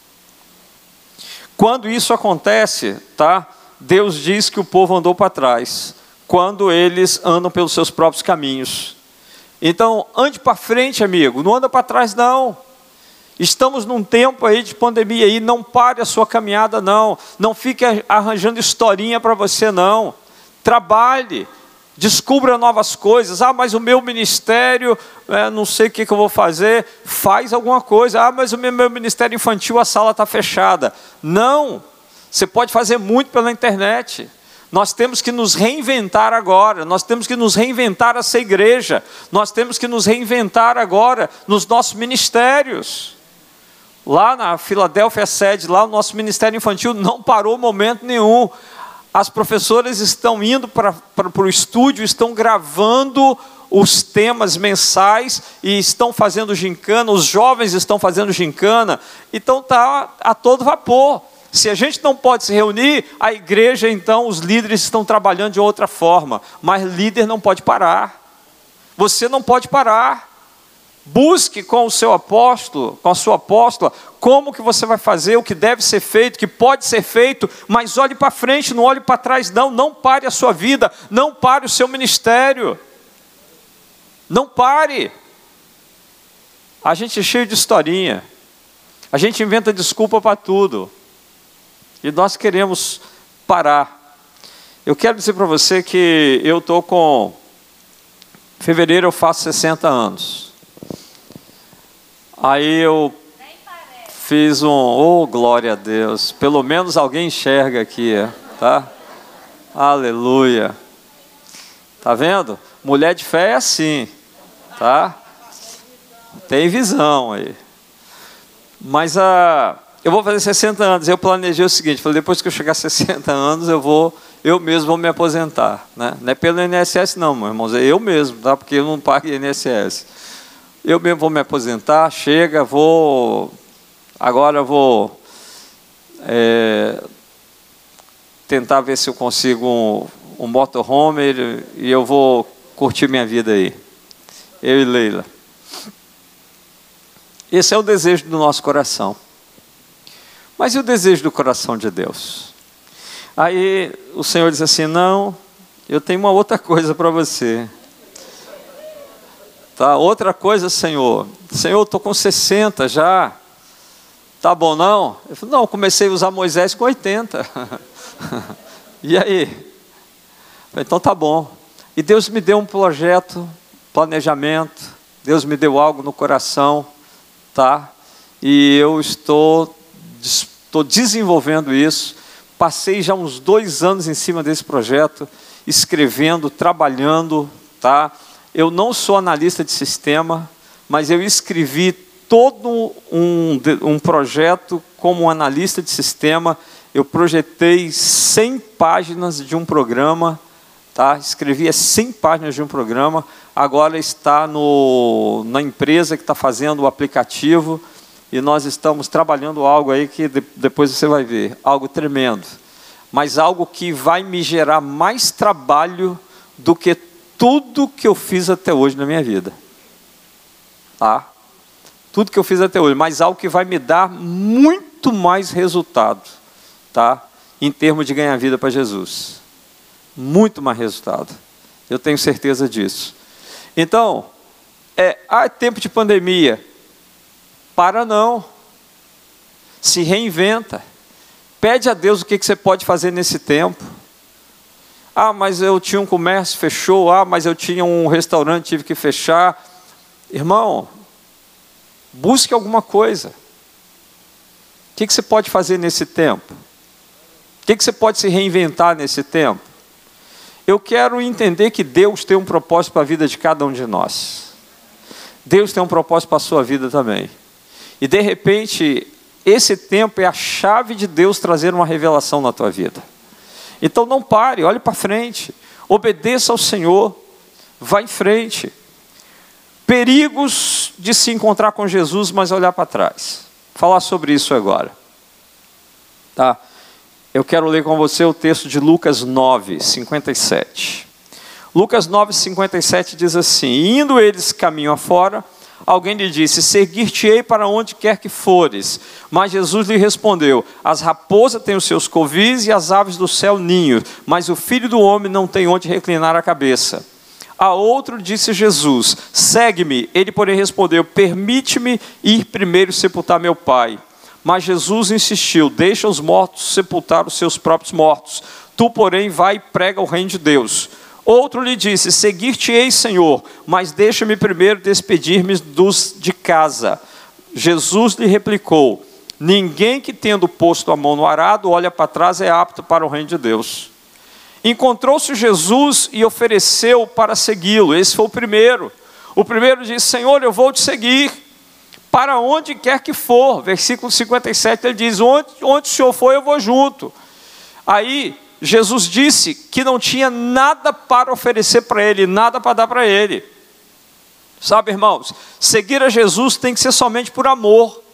quando isso acontece, tá? Deus diz que o povo andou para trás, quando eles andam pelos seus próprios caminhos. Então, ande para frente, amigo, não anda para trás não. Estamos num tempo aí de pandemia aí, não pare a sua caminhada não. Não fique arranjando historinha para você não. Trabalhe, descubra novas coisas. Ah, mas o meu ministério, é, não sei o que, que eu vou fazer. Faz alguma coisa. Ah, mas o meu, meu ministério infantil, a sala está fechada. Não, você pode fazer muito pela internet. Nós temos que nos reinventar agora, nós temos que nos reinventar essa igreja, nós temos que nos reinventar agora nos nossos ministérios. Lá na Filadélfia sede, lá o nosso ministério infantil não parou momento nenhum. As professoras estão indo para, para, para o estúdio, estão gravando os temas mensais e estão fazendo gincana, os jovens estão fazendo gincana, então está a todo vapor. Se a gente não pode se reunir, a igreja, então, os líderes estão trabalhando de outra forma. Mas líder não pode parar. Você não pode parar. Busque com o seu apóstolo, com a sua apóstola, como que você vai fazer, o que deve ser feito, o que pode ser feito, mas olhe para frente, não olhe para trás não, não pare a sua vida, não pare o seu ministério, não pare. A gente é cheio de historinha, a gente inventa desculpa para tudo, e nós queremos parar. Eu quero dizer para você que eu estou com, em fevereiro eu faço sessenta anos, aí eu fiz um, oh glória a Deus, pelo menos alguém enxerga aqui, tá? Aleluia. Tá vendo? Mulher de fé é assim, tá? Tem visão aí. Mas a, eu vou fazer sessenta anos, eu planejei o seguinte, falei, depois que eu chegar a sessenta anos, eu vou, eu mesmo vou me aposentar, né? Não é pelo I N S S não, meus irmãos, é eu mesmo, tá? Porque eu não pago I N S S. Eu mesmo vou me aposentar, chega, vou, agora vou é, tentar ver se eu consigo um, um motorhome e eu vou curtir minha vida aí, eu e Leila. Esse é o desejo do nosso coração. Mas e o desejo do coração de Deus? Aí o Senhor diz assim, não, eu tenho uma outra coisa para você. Tá, outra coisa, Senhor. Senhor, eu estou com sessenta já. Tá bom, não? Eu falei, não, eu comecei a usar Moisés com oitenta. E aí? Eu falei, então tá bom. E Deus me deu um projeto, planejamento. Deus me deu algo no coração. Tá? E eu estou, estou desenvolvendo isso. Passei já uns dois anos em cima desse projeto, escrevendo, trabalhando, tá? Eu não sou analista de sistema, mas eu escrevi todo um, um projeto como analista de sistema. Eu projetei cem páginas de um programa, tá? Escrevi cem páginas de um programa, agora está no, na empresa que está fazendo o aplicativo, e nós estamos trabalhando algo aí que de, depois você vai ver, algo tremendo, mas algo que vai me gerar mais trabalho do que tudo que eu fiz até hoje na minha vida. Tá? Tudo que eu fiz até hoje, mas algo que vai me dar muito mais resultado, tá? Em termos de ganhar vida para Jesus. Muito mais resultado. Eu tenho certeza disso. Então, é, há tempo de pandemia. Para não. Se reinventa. Pede a Deus o que, que você pode fazer nesse tempo. Ah, mas eu tinha um comércio, fechou. Ah, mas eu tinha um restaurante, tive que fechar. Irmão, busque alguma coisa. O que, que você pode fazer nesse tempo? O que, que você pode se reinventar nesse tempo? Eu quero entender que Deus tem um propósito para a vida de cada um de nós. Deus tem um propósito para a sua vida também. E de repente, esse tempo é a chave de Deus trazer uma revelação na tua vida. Então não pare, olhe para frente, obedeça ao Senhor, vá em frente. Perigos de se encontrar com Jesus, mas olhar para trás. Vou falar sobre isso agora. Tá? Eu quero ler com você o texto de Lucas nove, cinquenta e sete. Lucas nove, cinquenta e sete diz assim: indo eles caminho afora, alguém lhe disse, seguir-te-ei para onde quer que fores. Mas Jesus lhe respondeu, as raposas têm os seus covis e as aves do céu ninhos, mas o Filho do Homem não tem onde reclinar a cabeça. A outro disse Jesus, segue-me. Ele, porém, respondeu, permite-me ir primeiro sepultar meu pai. Mas Jesus insistiu, deixa os mortos sepultar os seus próprios mortos. Tu, porém, vai e prega o reino de Deus. Outro lhe disse, seguir-te-ei, Senhor, mas deixa-me primeiro despedir-me dos de casa. Jesus lhe replicou, ninguém que tendo posto a mão no arado, olha para trás, é apto para o reino de Deus. Encontrou-se Jesus e ofereceu para segui-lo. Esse foi o primeiro. O primeiro disse, Senhor, eu vou te seguir, para onde quer que for. Versículo cinquenta e sete, ele diz, onde, onde o Senhor for, eu vou junto. Aí, Jesus disse que não tinha nada para oferecer para ele, nada para dar para ele. Sabe, irmãos, seguir a Jesus tem que ser somente por amor.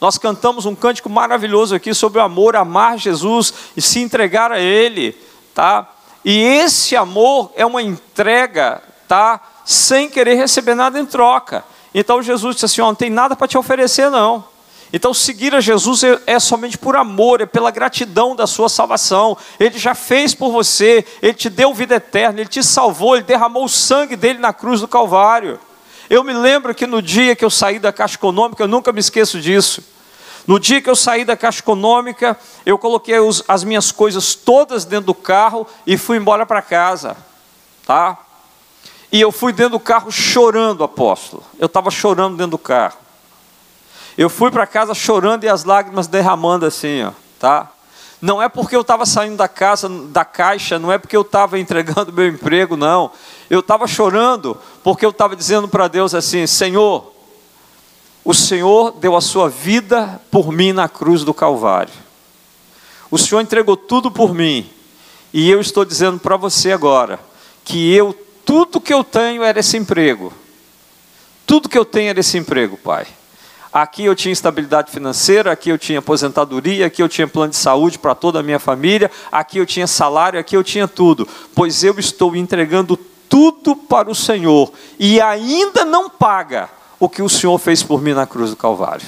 Nós cantamos um cântico maravilhoso aqui sobre o amor, amar Jesus e se entregar a Ele, tá? E esse amor é uma entrega, tá? Sem querer receber nada em troca. Então Jesus disse assim, ó, não tem nada para te oferecer não. Então seguir a Jesus é, é somente por amor, é pela gratidão da sua salvação. Ele já fez por você, Ele te deu vida eterna, Ele te salvou, Ele derramou o sangue dele na cruz do Calvário. Eu me lembro que no dia que eu saí da Caixa Econômica, eu nunca me esqueço disso. No dia que eu saí da Caixa Econômica, eu coloquei os, as minhas coisas todas dentro do carro e fui embora para casa, tá? E eu fui dentro do carro chorando, apóstolo. Eu estava chorando dentro do carro. Eu fui para casa chorando e as lágrimas derramando assim, ó, tá? Não é porque eu estava saindo da casa, da caixa, não é porque eu estava entregando meu emprego, não. Eu estava chorando porque eu estava dizendo para Deus assim, Senhor, o Senhor deu a sua vida por mim na cruz do Calvário. O Senhor entregou tudo por mim. E eu estou dizendo para você agora, que eu, tudo que eu tenho era esse emprego. Tudo que eu tenho era esse emprego, Pai. Aqui eu tinha estabilidade financeira, aqui eu tinha aposentadoria, aqui eu tinha plano de saúde para toda a minha família, aqui eu tinha salário, aqui eu tinha tudo. Pois eu estou entregando tudo para o Senhor e ainda não paga o que o Senhor fez por mim na cruz do Calvário.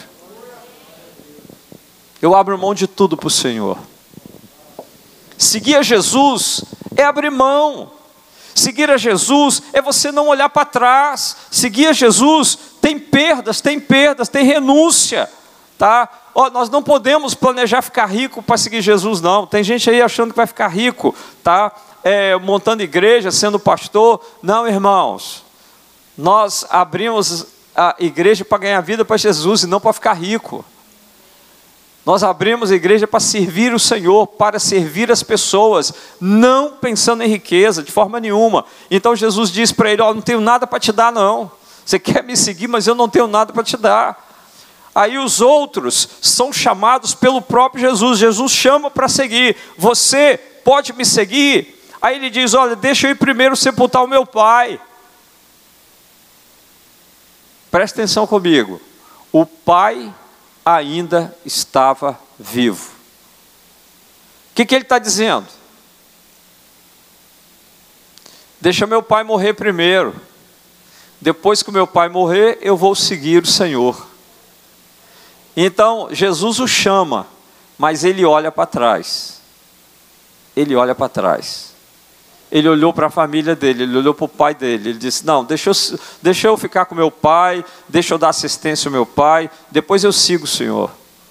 Eu abro mão de tudo para o Senhor. Seguir a Jesus é abrir mão. Seguir a Jesus é você não olhar para trás. Seguir a Jesus tem perdas, tem perdas, tem renúncia, tá? Ó, nós não podemos planejar ficar rico para seguir Jesus, não. Tem gente aí achando que vai ficar rico, tá? É, montando igreja, sendo pastor. Não, irmãos. Nós abrimos a igreja para ganhar vida para Jesus e não para ficar rico. Nós abrimos a igreja para servir o Senhor, para servir as pessoas, não pensando em riqueza, de forma nenhuma. Então Jesus disse para ele, ó, não tenho nada para te dar não. Você quer me seguir, mas eu não tenho nada para te dar. Aí os outros são chamados pelo próprio Jesus. Jesus chama para seguir. Você pode me seguir? Aí ele diz, olha, deixa eu ir primeiro sepultar o meu pai. Presta atenção comigo. O pai ainda estava vivo. O que, que ele está dizendo? Deixa meu pai morrer primeiro. Depois que o meu pai morrer, eu vou seguir o Senhor. Então, Jesus o chama, mas ele olha para trás. Ele olha para trás. Ele olhou para a família dele, ele olhou para o pai dele. Ele disse, não, deixa eu, deixa eu ficar com meu pai, deixa eu dar assistência ao meu pai, depois eu sigo o Senhor.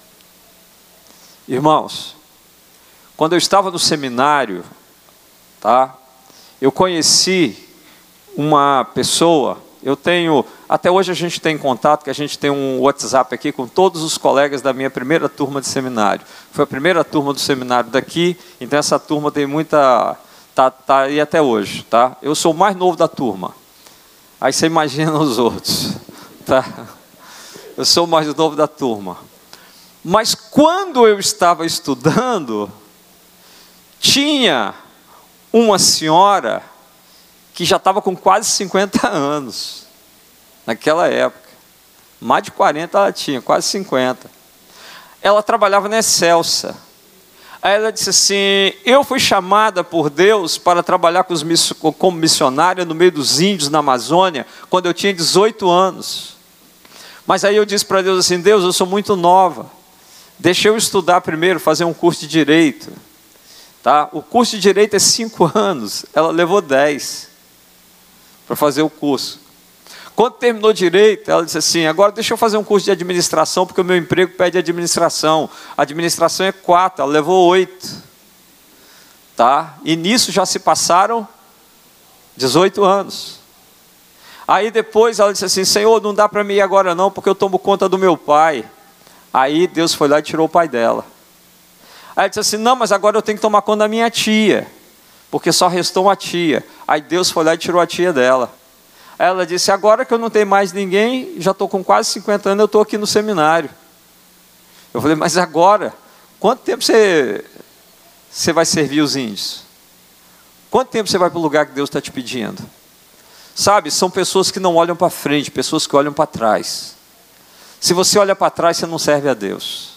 Irmãos, quando eu estava no seminário, tá, eu conheci uma pessoa, eu tenho, até hoje a gente tem contato, que a gente tem um WhatsApp aqui com todos os colegas da minha primeira turma de seminário. Foi a primeira turma do seminário daqui, então essa turma tem muita... Está tá aí até hoje, tá? Eu sou o mais novo da turma. Aí você imagina os outros, tá? Eu sou o mais novo da turma. Mas quando eu estava estudando, tinha uma senhora que já estava com quase cinquenta anos, naquela época. Mais de quarenta ela tinha, quase cinquenta. Ela trabalhava na Excelsa. Aí ela disse assim, eu fui chamada por Deus para trabalhar com os, como missionária no meio dos índios na Amazônia, quando eu tinha dezoito anos. Mas aí eu disse para Deus assim, Deus, eu sou muito nova, deixa eu estudar primeiro, fazer um curso de Direito. Tá? O curso de Direito é cinco anos, ela levou dez para fazer o curso. Quando terminou Direito, ela disse assim, agora deixa eu fazer um curso de administração, porque o meu emprego pede administração. A administração é quatro, ela levou oito. Tá? E nisso já se passaram dezoito anos. Aí depois ela disse assim, Senhor, não dá para mim ir agora não, porque eu tomo conta do meu pai. Aí Deus foi lá e tirou o pai dela. Aí ela disse assim, não, mas agora eu tenho que tomar conta da minha tia, porque só restou uma tia. Aí Deus foi lá e tirou a tia dela. Ela disse, agora que eu não tenho mais ninguém, já estou com quase cinquenta anos, eu estou aqui no seminário. Eu falei, mas agora, quanto tempo você, você vai servir os índios? Quanto tempo você vai para o lugar que Deus está te pedindo? Sabe, são pessoas que não olham para frente, pessoas que olham para trás. Se você olha para trás, você não serve a Deus.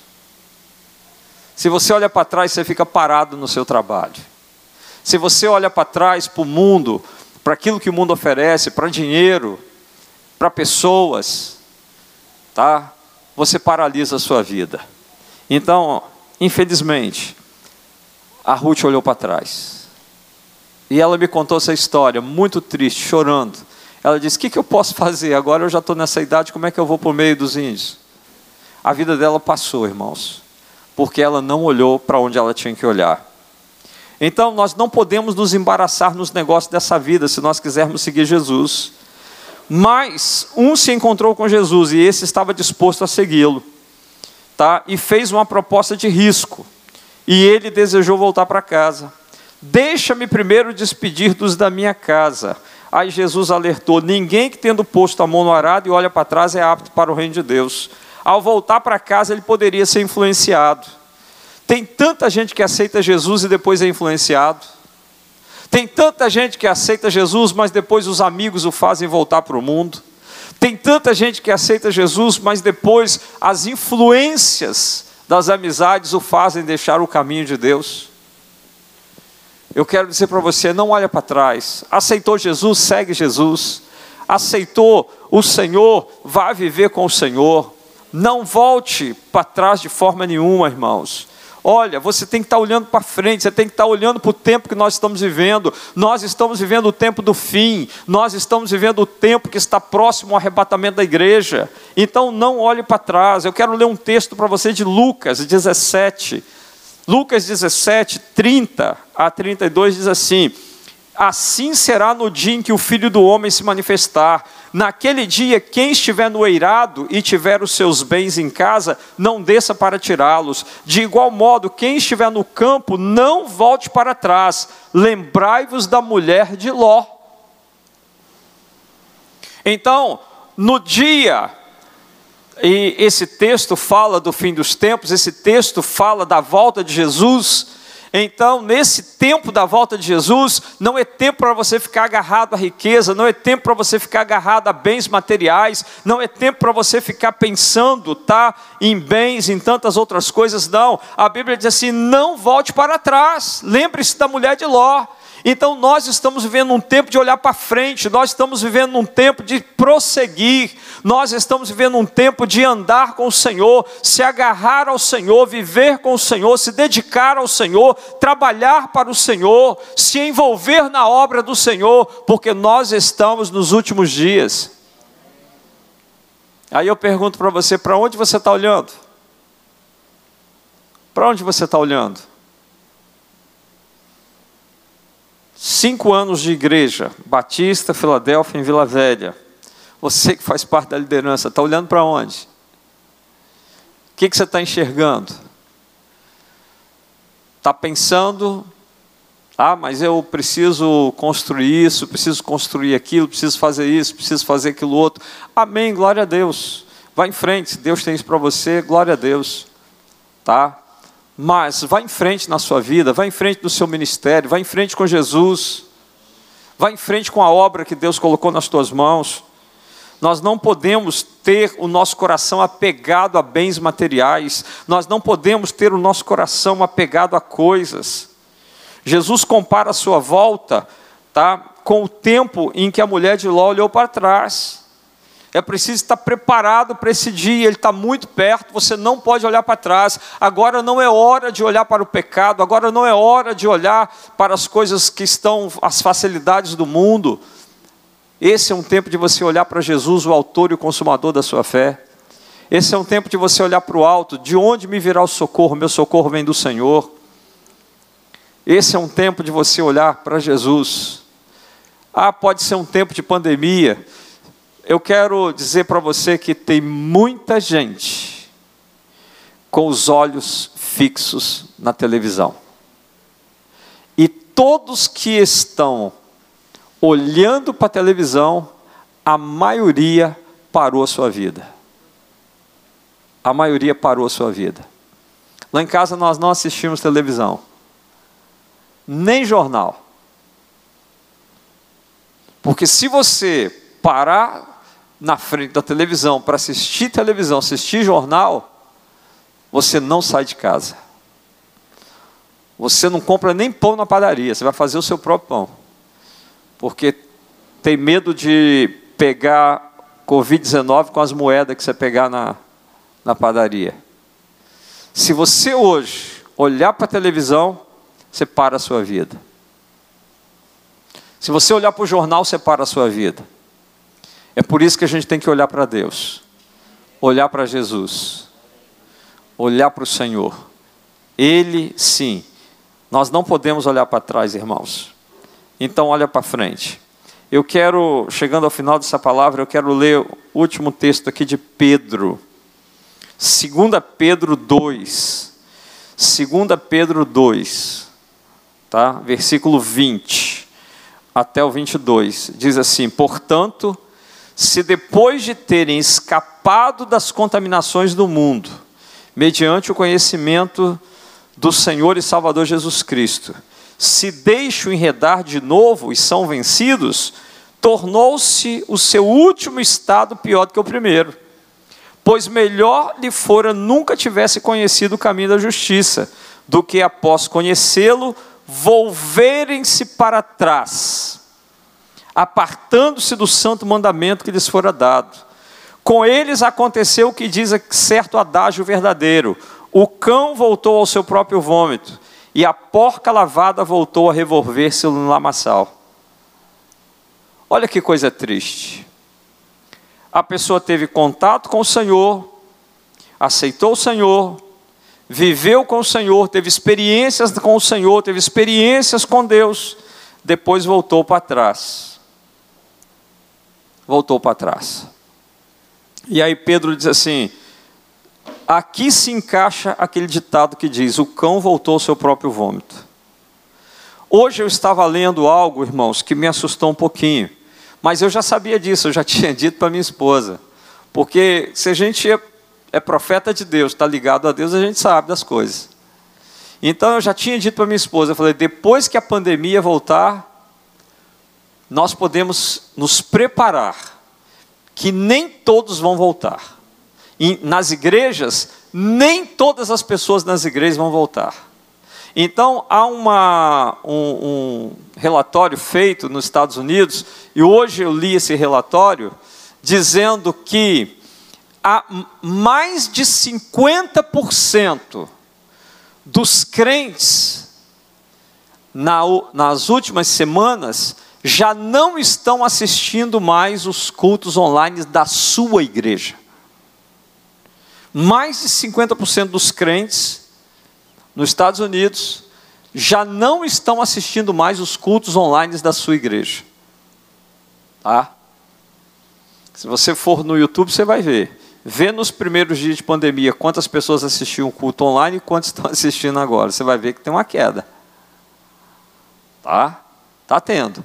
Se você olha para trás, você fica parado no seu trabalho. Se você olha para trás, para o mundo, para aquilo que o mundo oferece, para dinheiro, para pessoas, tá? Você paralisa a sua vida. Então, infelizmente, a Ruth olhou para trás. E ela me contou essa história, muito triste, chorando. Ela disse, o que, que eu posso fazer? Agora eu já estou nessa idade, como é que eu vou para o meio dos índios? A vida dela passou, irmãos, porque ela não olhou para onde ela tinha que olhar. Então, nós não podemos nos embaraçar nos negócios dessa vida, se nós quisermos seguir Jesus. Mas, um se encontrou com Jesus, e esse estava disposto a segui-lo, tá? E fez uma proposta de risco, e ele desejou voltar para casa. Deixa-me primeiro despedir dos da minha casa. Aí Jesus alertou, ninguém que tendo posto a mão no arado e olha para trás é apto para o reino de Deus. Ao voltar para casa ele poderia ser influenciado. Tem tanta gente que aceita Jesus e depois é influenciado. Tem tanta gente que aceita Jesus, mas depois os amigos o fazem voltar para o mundo. Tem tanta gente que aceita Jesus, mas depois as influências das amizades o fazem deixar o caminho de Deus. Eu quero dizer para você, não olha para trás. Aceitou Jesus, segue Jesus. Aceitou o Senhor, vá viver com o Senhor. Não volte para trás de forma nenhuma, irmãos. Olha, você tem que estar olhando para frente, você tem que estar olhando para o tempo que nós estamos vivendo. Nós estamos vivendo o tempo do fim, nós estamos vivendo o tempo que está próximo ao arrebatamento da igreja. Então não olhe para trás. Eu quero ler um texto para você de Lucas dezessete. Lucas dezessete, trinta a trinta e dois diz assim, assim será no dia em que o Filho do Homem se manifestar. Naquele dia, quem estiver no eirado e tiver os seus bens em casa, não desça para tirá-los. De igual modo, quem estiver no campo, não volte para trás. Lembrai-vos da mulher de Ló. Então, no dia, e esse texto fala do fim dos tempos, esse texto fala da volta de Jesus. Então, nesse tempo da volta de Jesus, não é tempo para você ficar agarrado à riqueza, não é tempo para você ficar agarrado a bens materiais, não é tempo para você ficar pensando, tá, em bens, em tantas outras coisas, não. A Bíblia diz assim, não volte para trás, lembre-se da mulher de Ló. Então nós estamos vivendo um tempo de olhar para frente, nós estamos vivendo um tempo de prosseguir, nós estamos vivendo um tempo de andar com o Senhor, se agarrar ao Senhor, viver com o Senhor, se dedicar ao Senhor, trabalhar para o Senhor, se envolver na obra do Senhor, porque nós estamos nos últimos dias. Aí eu pergunto para você, para onde você está olhando? Para onde você está olhando? Cinco anos de igreja, Batista, Filadélfia, em Vila Velha. Você que faz parte da liderança, está olhando para onde? O que, que você está enxergando? Está pensando, ah, mas eu preciso construir isso, preciso construir aquilo, preciso fazer isso, preciso fazer aquilo outro. Amém, glória a Deus. Vá em frente, se Deus tem isso para você, glória a Deus. Tá? Mas vá em frente na sua vida, vá em frente no seu ministério, vá em frente com Jesus, vá em frente com a obra que Deus colocou nas tuas mãos. Nós não podemos ter o nosso coração apegado a bens materiais, nós não podemos ter o nosso coração apegado a coisas. Jesus compara a sua volta, tá, com o tempo em que a mulher de Ló olhou para trás. É preciso estar preparado para esse dia, ele está muito perto, você não pode olhar para trás. Agora não é hora de olhar para o pecado, agora não é hora de olhar para as coisas que estão, as facilidades do mundo. Esse é um tempo de você olhar para Jesus, o autor e o consumador da sua fé. Esse é um tempo de você olhar para o alto, de onde me virá o socorro? Meu socorro vem do Senhor. Esse é um tempo de você olhar para Jesus. Ah, pode ser um tempo de pandemia. Eu quero dizer para você que tem muita gente com os olhos fixos na televisão. E todos que estão olhando para a televisão, a maioria parou a sua vida. A maioria parou a sua vida. Lá em casa nós não assistimos televisão, nem jornal. Porque se você parar na frente da televisão para assistir televisão, assistir jornal, você não sai de casa. Você não compra nem pão na padaria, você vai fazer o seu próprio pão. Porque tem medo de pegar covid dezenove com as moedas que você pegar na, na padaria. Se você hoje olhar para a televisão, você para a sua vida. Se você olhar para o jornal, você para a sua vida. É por isso que a gente tem que olhar para Deus, olhar para Jesus, olhar para o Senhor. Ele, sim. Nós não podemos olhar para trás, irmãos. Então, olha para frente. Eu quero, chegando ao final dessa palavra, eu quero ler o último texto aqui de Pedro. Segunda Pedro dois. Segunda Pedro dois. Tá? Versículo vinte até o vinte e dois. Diz assim: portanto, se depois de terem escapado das contaminações do mundo, mediante o conhecimento do Senhor e Salvador Jesus Cristo, se deixam enredar de novo e são vencidos, tornou-se o seu último estado pior do que o primeiro. Pois melhor lhe fora nunca tivesse conhecido o caminho da justiça, do que após conhecê-lo, volverem-se para trás, apartando-se do santo mandamento que lhes fora dado. Com eles aconteceu o que diz certo adágio verdadeiro: o cão voltou ao seu próprio vômito, e a porca lavada voltou a revolver-se no lamaçal. Olha que coisa triste. A pessoa teve contato com o Senhor, aceitou o Senhor, viveu com o Senhor, teve experiências com o Senhor, teve experiências com Deus, depois voltou para trás. Voltou para trás. E aí Pedro diz assim: aqui se encaixa aquele ditado que diz: o cão voltou ao seu próprio vômito. Hoje eu estava lendo algo, irmãos, que me assustou um pouquinho. Mas eu já sabia disso, eu já tinha dito para minha esposa. Porque se a gente é, é profeta de Deus, está ligado a Deus, a gente sabe das coisas. Então eu já tinha dito para minha esposa, eu falei: depois que a pandemia voltar, nós podemos nos preparar, que nem todos vão voltar. E nas igrejas, nem todas as pessoas nas igrejas vão voltar. Então, há uma, um, um relatório feito nos Estados Unidos, e hoje eu li esse relatório, dizendo que há mais de cinquenta por cento dos crentes, na, nas últimas semanas, já não estão assistindo mais os cultos online da sua igreja. Mais de cinquenta por cento dos crentes nos Estados Unidos já não estão assistindo mais os cultos online da sua igreja. Tá? Se você for no YouTube, você vai ver. Vê nos primeiros dias de pandemia quantas pessoas assistiam o culto online e quantas estão assistindo agora. Você vai ver que tem uma queda. Tá? Tá tendo.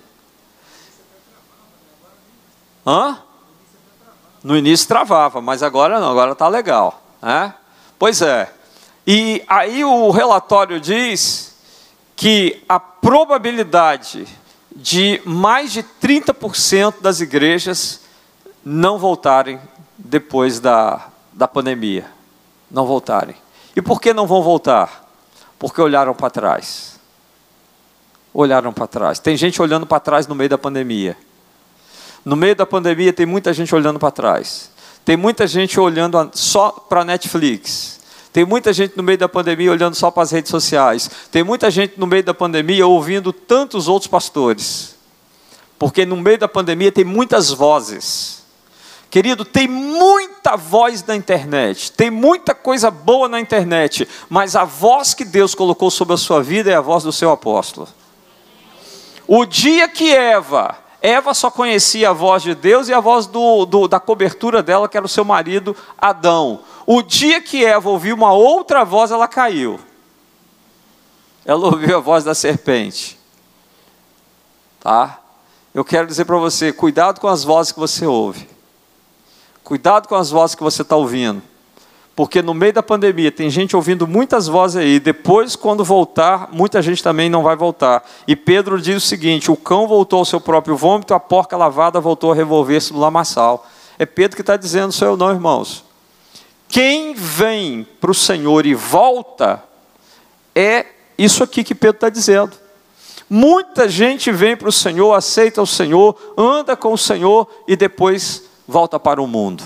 Hã? No início travava, mas agora não, agora está legal. Né? Pois é. E aí o relatório diz que a probabilidade de mais de trinta por cento das igrejas não voltarem depois da, da pandemia. Não voltarem. E por que não vão voltar? Porque olharam para trás. Olharam para trás. Tem gente olhando para trás no meio da pandemia. No meio da pandemia tem muita gente olhando para trás. Tem muita gente olhando só para a Netflix. Tem muita gente no meio da pandemia olhando só para as redes sociais. Tem muita gente no meio da pandemia ouvindo tantos outros pastores. Porque no meio da pandemia tem muitas vozes. Querido, tem muita voz na internet. Tem muita coisa boa na internet. Mas a voz que Deus colocou sobre a sua vida é a voz do seu apóstolo. O dia que Eva... Eva só conhecia a voz de Deus e a voz do, do, da cobertura dela, que era o seu marido Adão. O dia que Eva ouviu uma outra voz, ela caiu. Ela ouviu a voz da serpente. Tá? Eu quero dizer para você, cuidado com as vozes que você ouve. Cuidado com as vozes que você está ouvindo. Porque no meio da pandemia tem gente ouvindo muitas vozes aí. Depois, quando voltar, muita gente também não vai voltar. E Pedro diz o seguinte: o cão voltou ao seu próprio vômito, a porca lavada voltou a revolver-se no lamaçal. É Pedro que está dizendo, sou eu não, irmãos. Quem vem para o Senhor e volta, é isso aqui que Pedro está dizendo. Muita gente vem para o Senhor, aceita o Senhor, anda com o Senhor e depois volta para o mundo.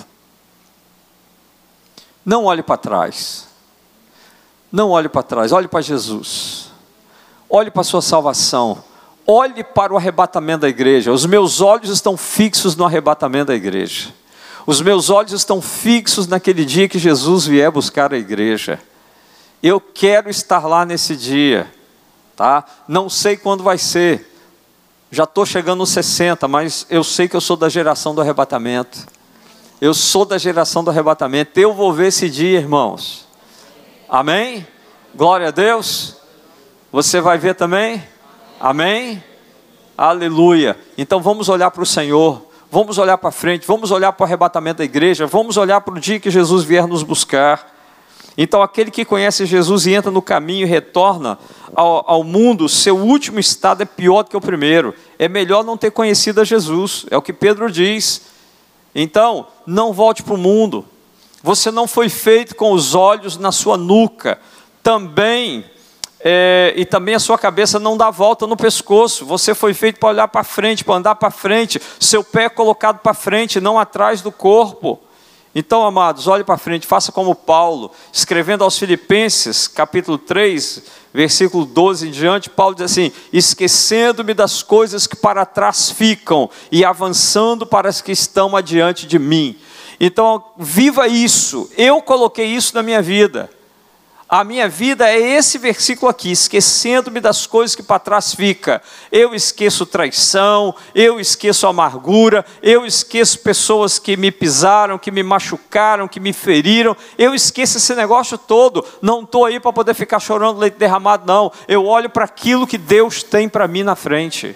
Não olhe para trás. Não olhe para trás, olhe para Jesus. Olhe para a sua salvação. Olhe para o arrebatamento da igreja. Os meus olhos estão fixos no arrebatamento da igreja. Os meus olhos estão fixos naquele dia que Jesus vier buscar a igreja. Eu quero estar lá nesse dia, tá? Não sei quando vai ser. Já estou chegando nos sessenta, mas eu sei que eu sou da geração do arrebatamento. Eu sou da geração do arrebatamento. Eu vou ver esse dia, irmãos. Amém? Glória a Deus. Você vai ver também? Amém? Aleluia. Então vamos olhar para o Senhor. Vamos olhar para frente, vamos olhar para o arrebatamento da igreja, vamos olhar para o dia que Jesus vier nos buscar. Então aquele que conhece Jesus e entra no caminho e retorna ao, ao mundo, seu último estado é pior do que o primeiro. É melhor não ter conhecido a Jesus, é o que Pedro diz. Então, não volte para o mundo. Você não foi feito com os olhos na sua nuca. Também... É, e também a sua cabeça não dá volta no pescoço. Você foi feito para olhar para frente, para andar para frente. Seu pé é colocado para frente, não atrás do corpo. Então, amados, olhe para frente, faça como Paulo, escrevendo aos Filipenses, capítulo três, versículo doze em diante, Paulo diz assim: esquecendo-me das coisas que para trás ficam e avançando para as que estão adiante de mim. Então, viva isso. Eu coloquei isso na minha vida. A minha vida é esse versículo aqui, esquecendo-me das coisas que para trás fica. Eu esqueço traição, eu esqueço amargura, eu esqueço pessoas que me pisaram, que me machucaram, que me feriram. Eu esqueço esse negócio todo. Não estou aí para poder ficar chorando leite derramado, não. Eu olho para aquilo que Deus tem para mim na frente.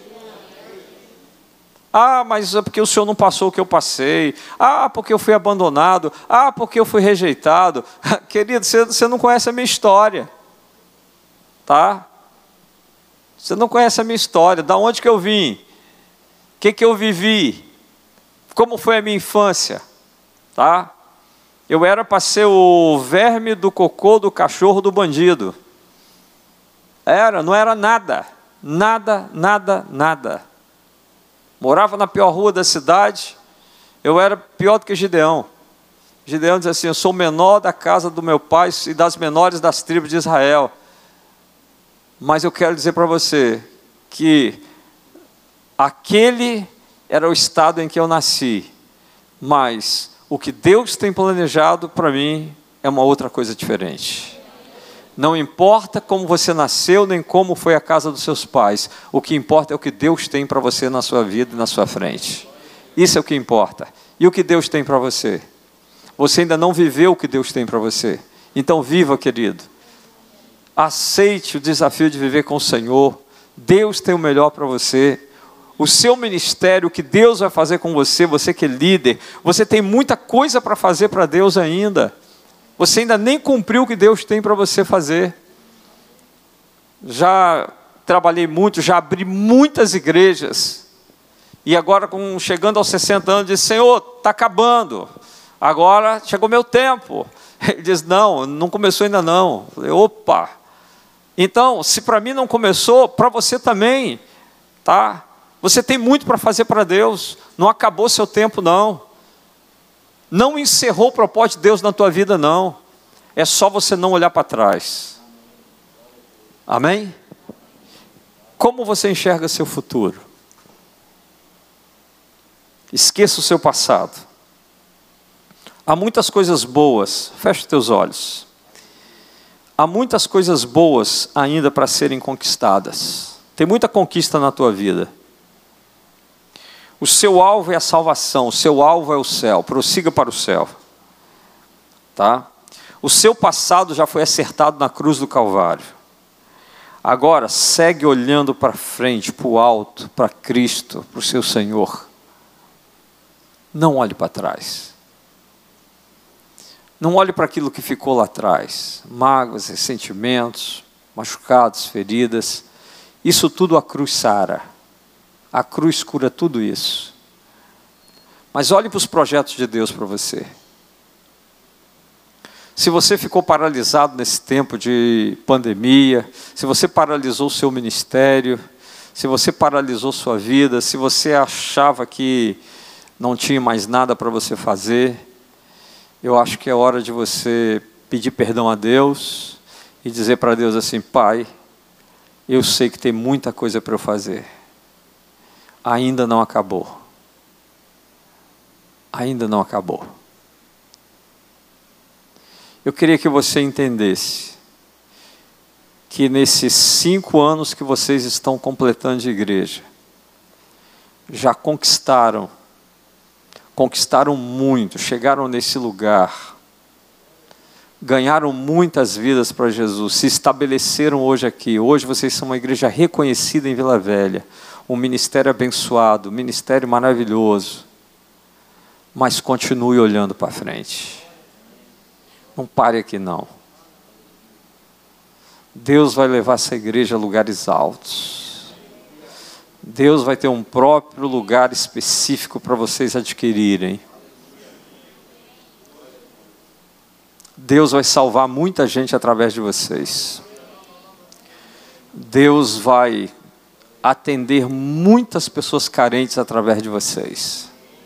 Ah, mas é porque o Senhor não passou o que eu passei. Ah, porque eu fui abandonado. Ah, porque eu fui rejeitado. Querido, você, você não conhece a minha história. Tá? Você não conhece a minha história. Da onde que eu vim? O que que eu vivi? Como foi a minha infância? Tá? Eu era para ser o verme do cocô do cachorro do bandido. Era, não era nada. Nada, nada, nada. Morava na pior rua da cidade, eu era pior do que Gideão. Gideão diz assim: eu sou o menor da casa do meu pai e das menores das tribos de Israel. Mas eu quero dizer para você que aquele era o estado em que eu nasci, mas o que Deus tem planejado para mim é uma outra coisa diferente. Não importa como você nasceu, nem como foi a casa dos seus pais. O que importa é o que Deus tem para você na sua vida e na sua frente. Isso é o que importa. E o que Deus tem para você? Você ainda não viveu o que Deus tem para você. Então viva, querido. Aceite o desafio de viver com o Senhor. Deus tem o melhor para você. O seu ministério, o que Deus vai fazer com você, você que é líder, você tem muita coisa para fazer para Deus ainda. Você ainda nem cumpriu o que Deus tem para você fazer. Já trabalhei muito, já abri muitas igrejas. E agora, com, chegando aos sessenta anos, disse: Senhor, está acabando. Agora chegou meu tempo. Ele diz: não, não começou ainda não. Eu falei: opa. Então, se para mim não começou, para você também. Tá? Você tem muito para fazer para Deus. Não acabou seu tempo não. Não encerrou o propósito de Deus na tua vida, não. É só você não olhar para trás. Amém? Como você enxerga seu futuro? Esqueça o seu passado. Há muitas coisas boas. Feche os teus olhos. Há muitas coisas boas ainda para serem conquistadas. Tem muita conquista na tua vida. O seu alvo é a salvação, o seu alvo é o céu, prossiga para o céu. Tá? O seu passado já foi acertado na cruz do Calvário. Agora, segue olhando para frente, para o alto, para Cristo, para o seu Senhor. Não olhe para trás. Não olhe para aquilo que ficou lá atrás. Mágoas, ressentimentos, machucados, feridas. Isso tudo a cruz sara. A cruz cura tudo isso. Mas olhe para os projetos de Deus para você. Se você ficou paralisado nesse tempo de pandemia, se você paralisou o seu ministério, se você paralisou sua vida, se você achava que não tinha mais nada para você fazer, eu acho que é hora de você pedir perdão a Deus e dizer para Deus assim: Pai, eu sei que tem muita coisa para eu fazer. Ainda não acabou. Ainda não acabou. Eu queria que você entendesse que nesses cinco anos que vocês estão completando de igreja, já conquistaram, conquistaram muito, chegaram nesse lugar, ganharam muitas vidas para Jesus, se estabeleceram hoje aqui. Hoje vocês são uma igreja reconhecida em Vila Velha, um ministério abençoado, um ministério maravilhoso. Mas continue olhando para frente. Não pare aqui não. Deus vai levar essa igreja a lugares altos. Deus vai ter um próprio lugar específico para vocês adquirirem. Deus vai salvar muita gente através de vocês. Deus vai atender muitas pessoas carentes através de vocês.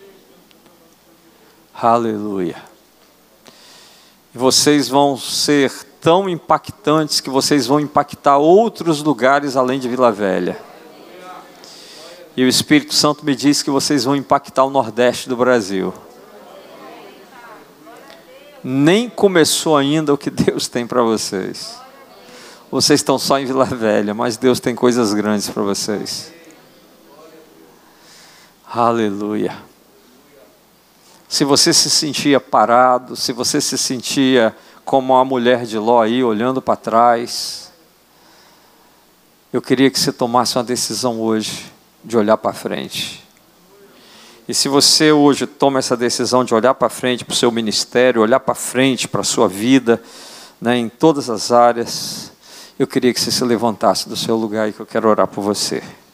Aleluia. E vocês vão ser tão impactantes que vocês vão impactar outros lugares além de Vila Velha. E o Espírito Santo me diz que vocês vão impactar o Nordeste do Brasil. Nem começou ainda o que Deus tem para vocês. Vocês estão só em Vila Velha, mas Deus tem coisas grandes para vocês. Aleluia. Se você se sentia parado, se você se sentia como a mulher de Ló aí, olhando para trás, eu queria que você tomasse uma decisão hoje, de olhar para frente. E se você hoje toma essa decisão de olhar para frente para o seu ministério, olhar para frente para a sua vida, né, em todas as áreas, eu queria que você se levantasse do seu lugar e que eu quero orar por você.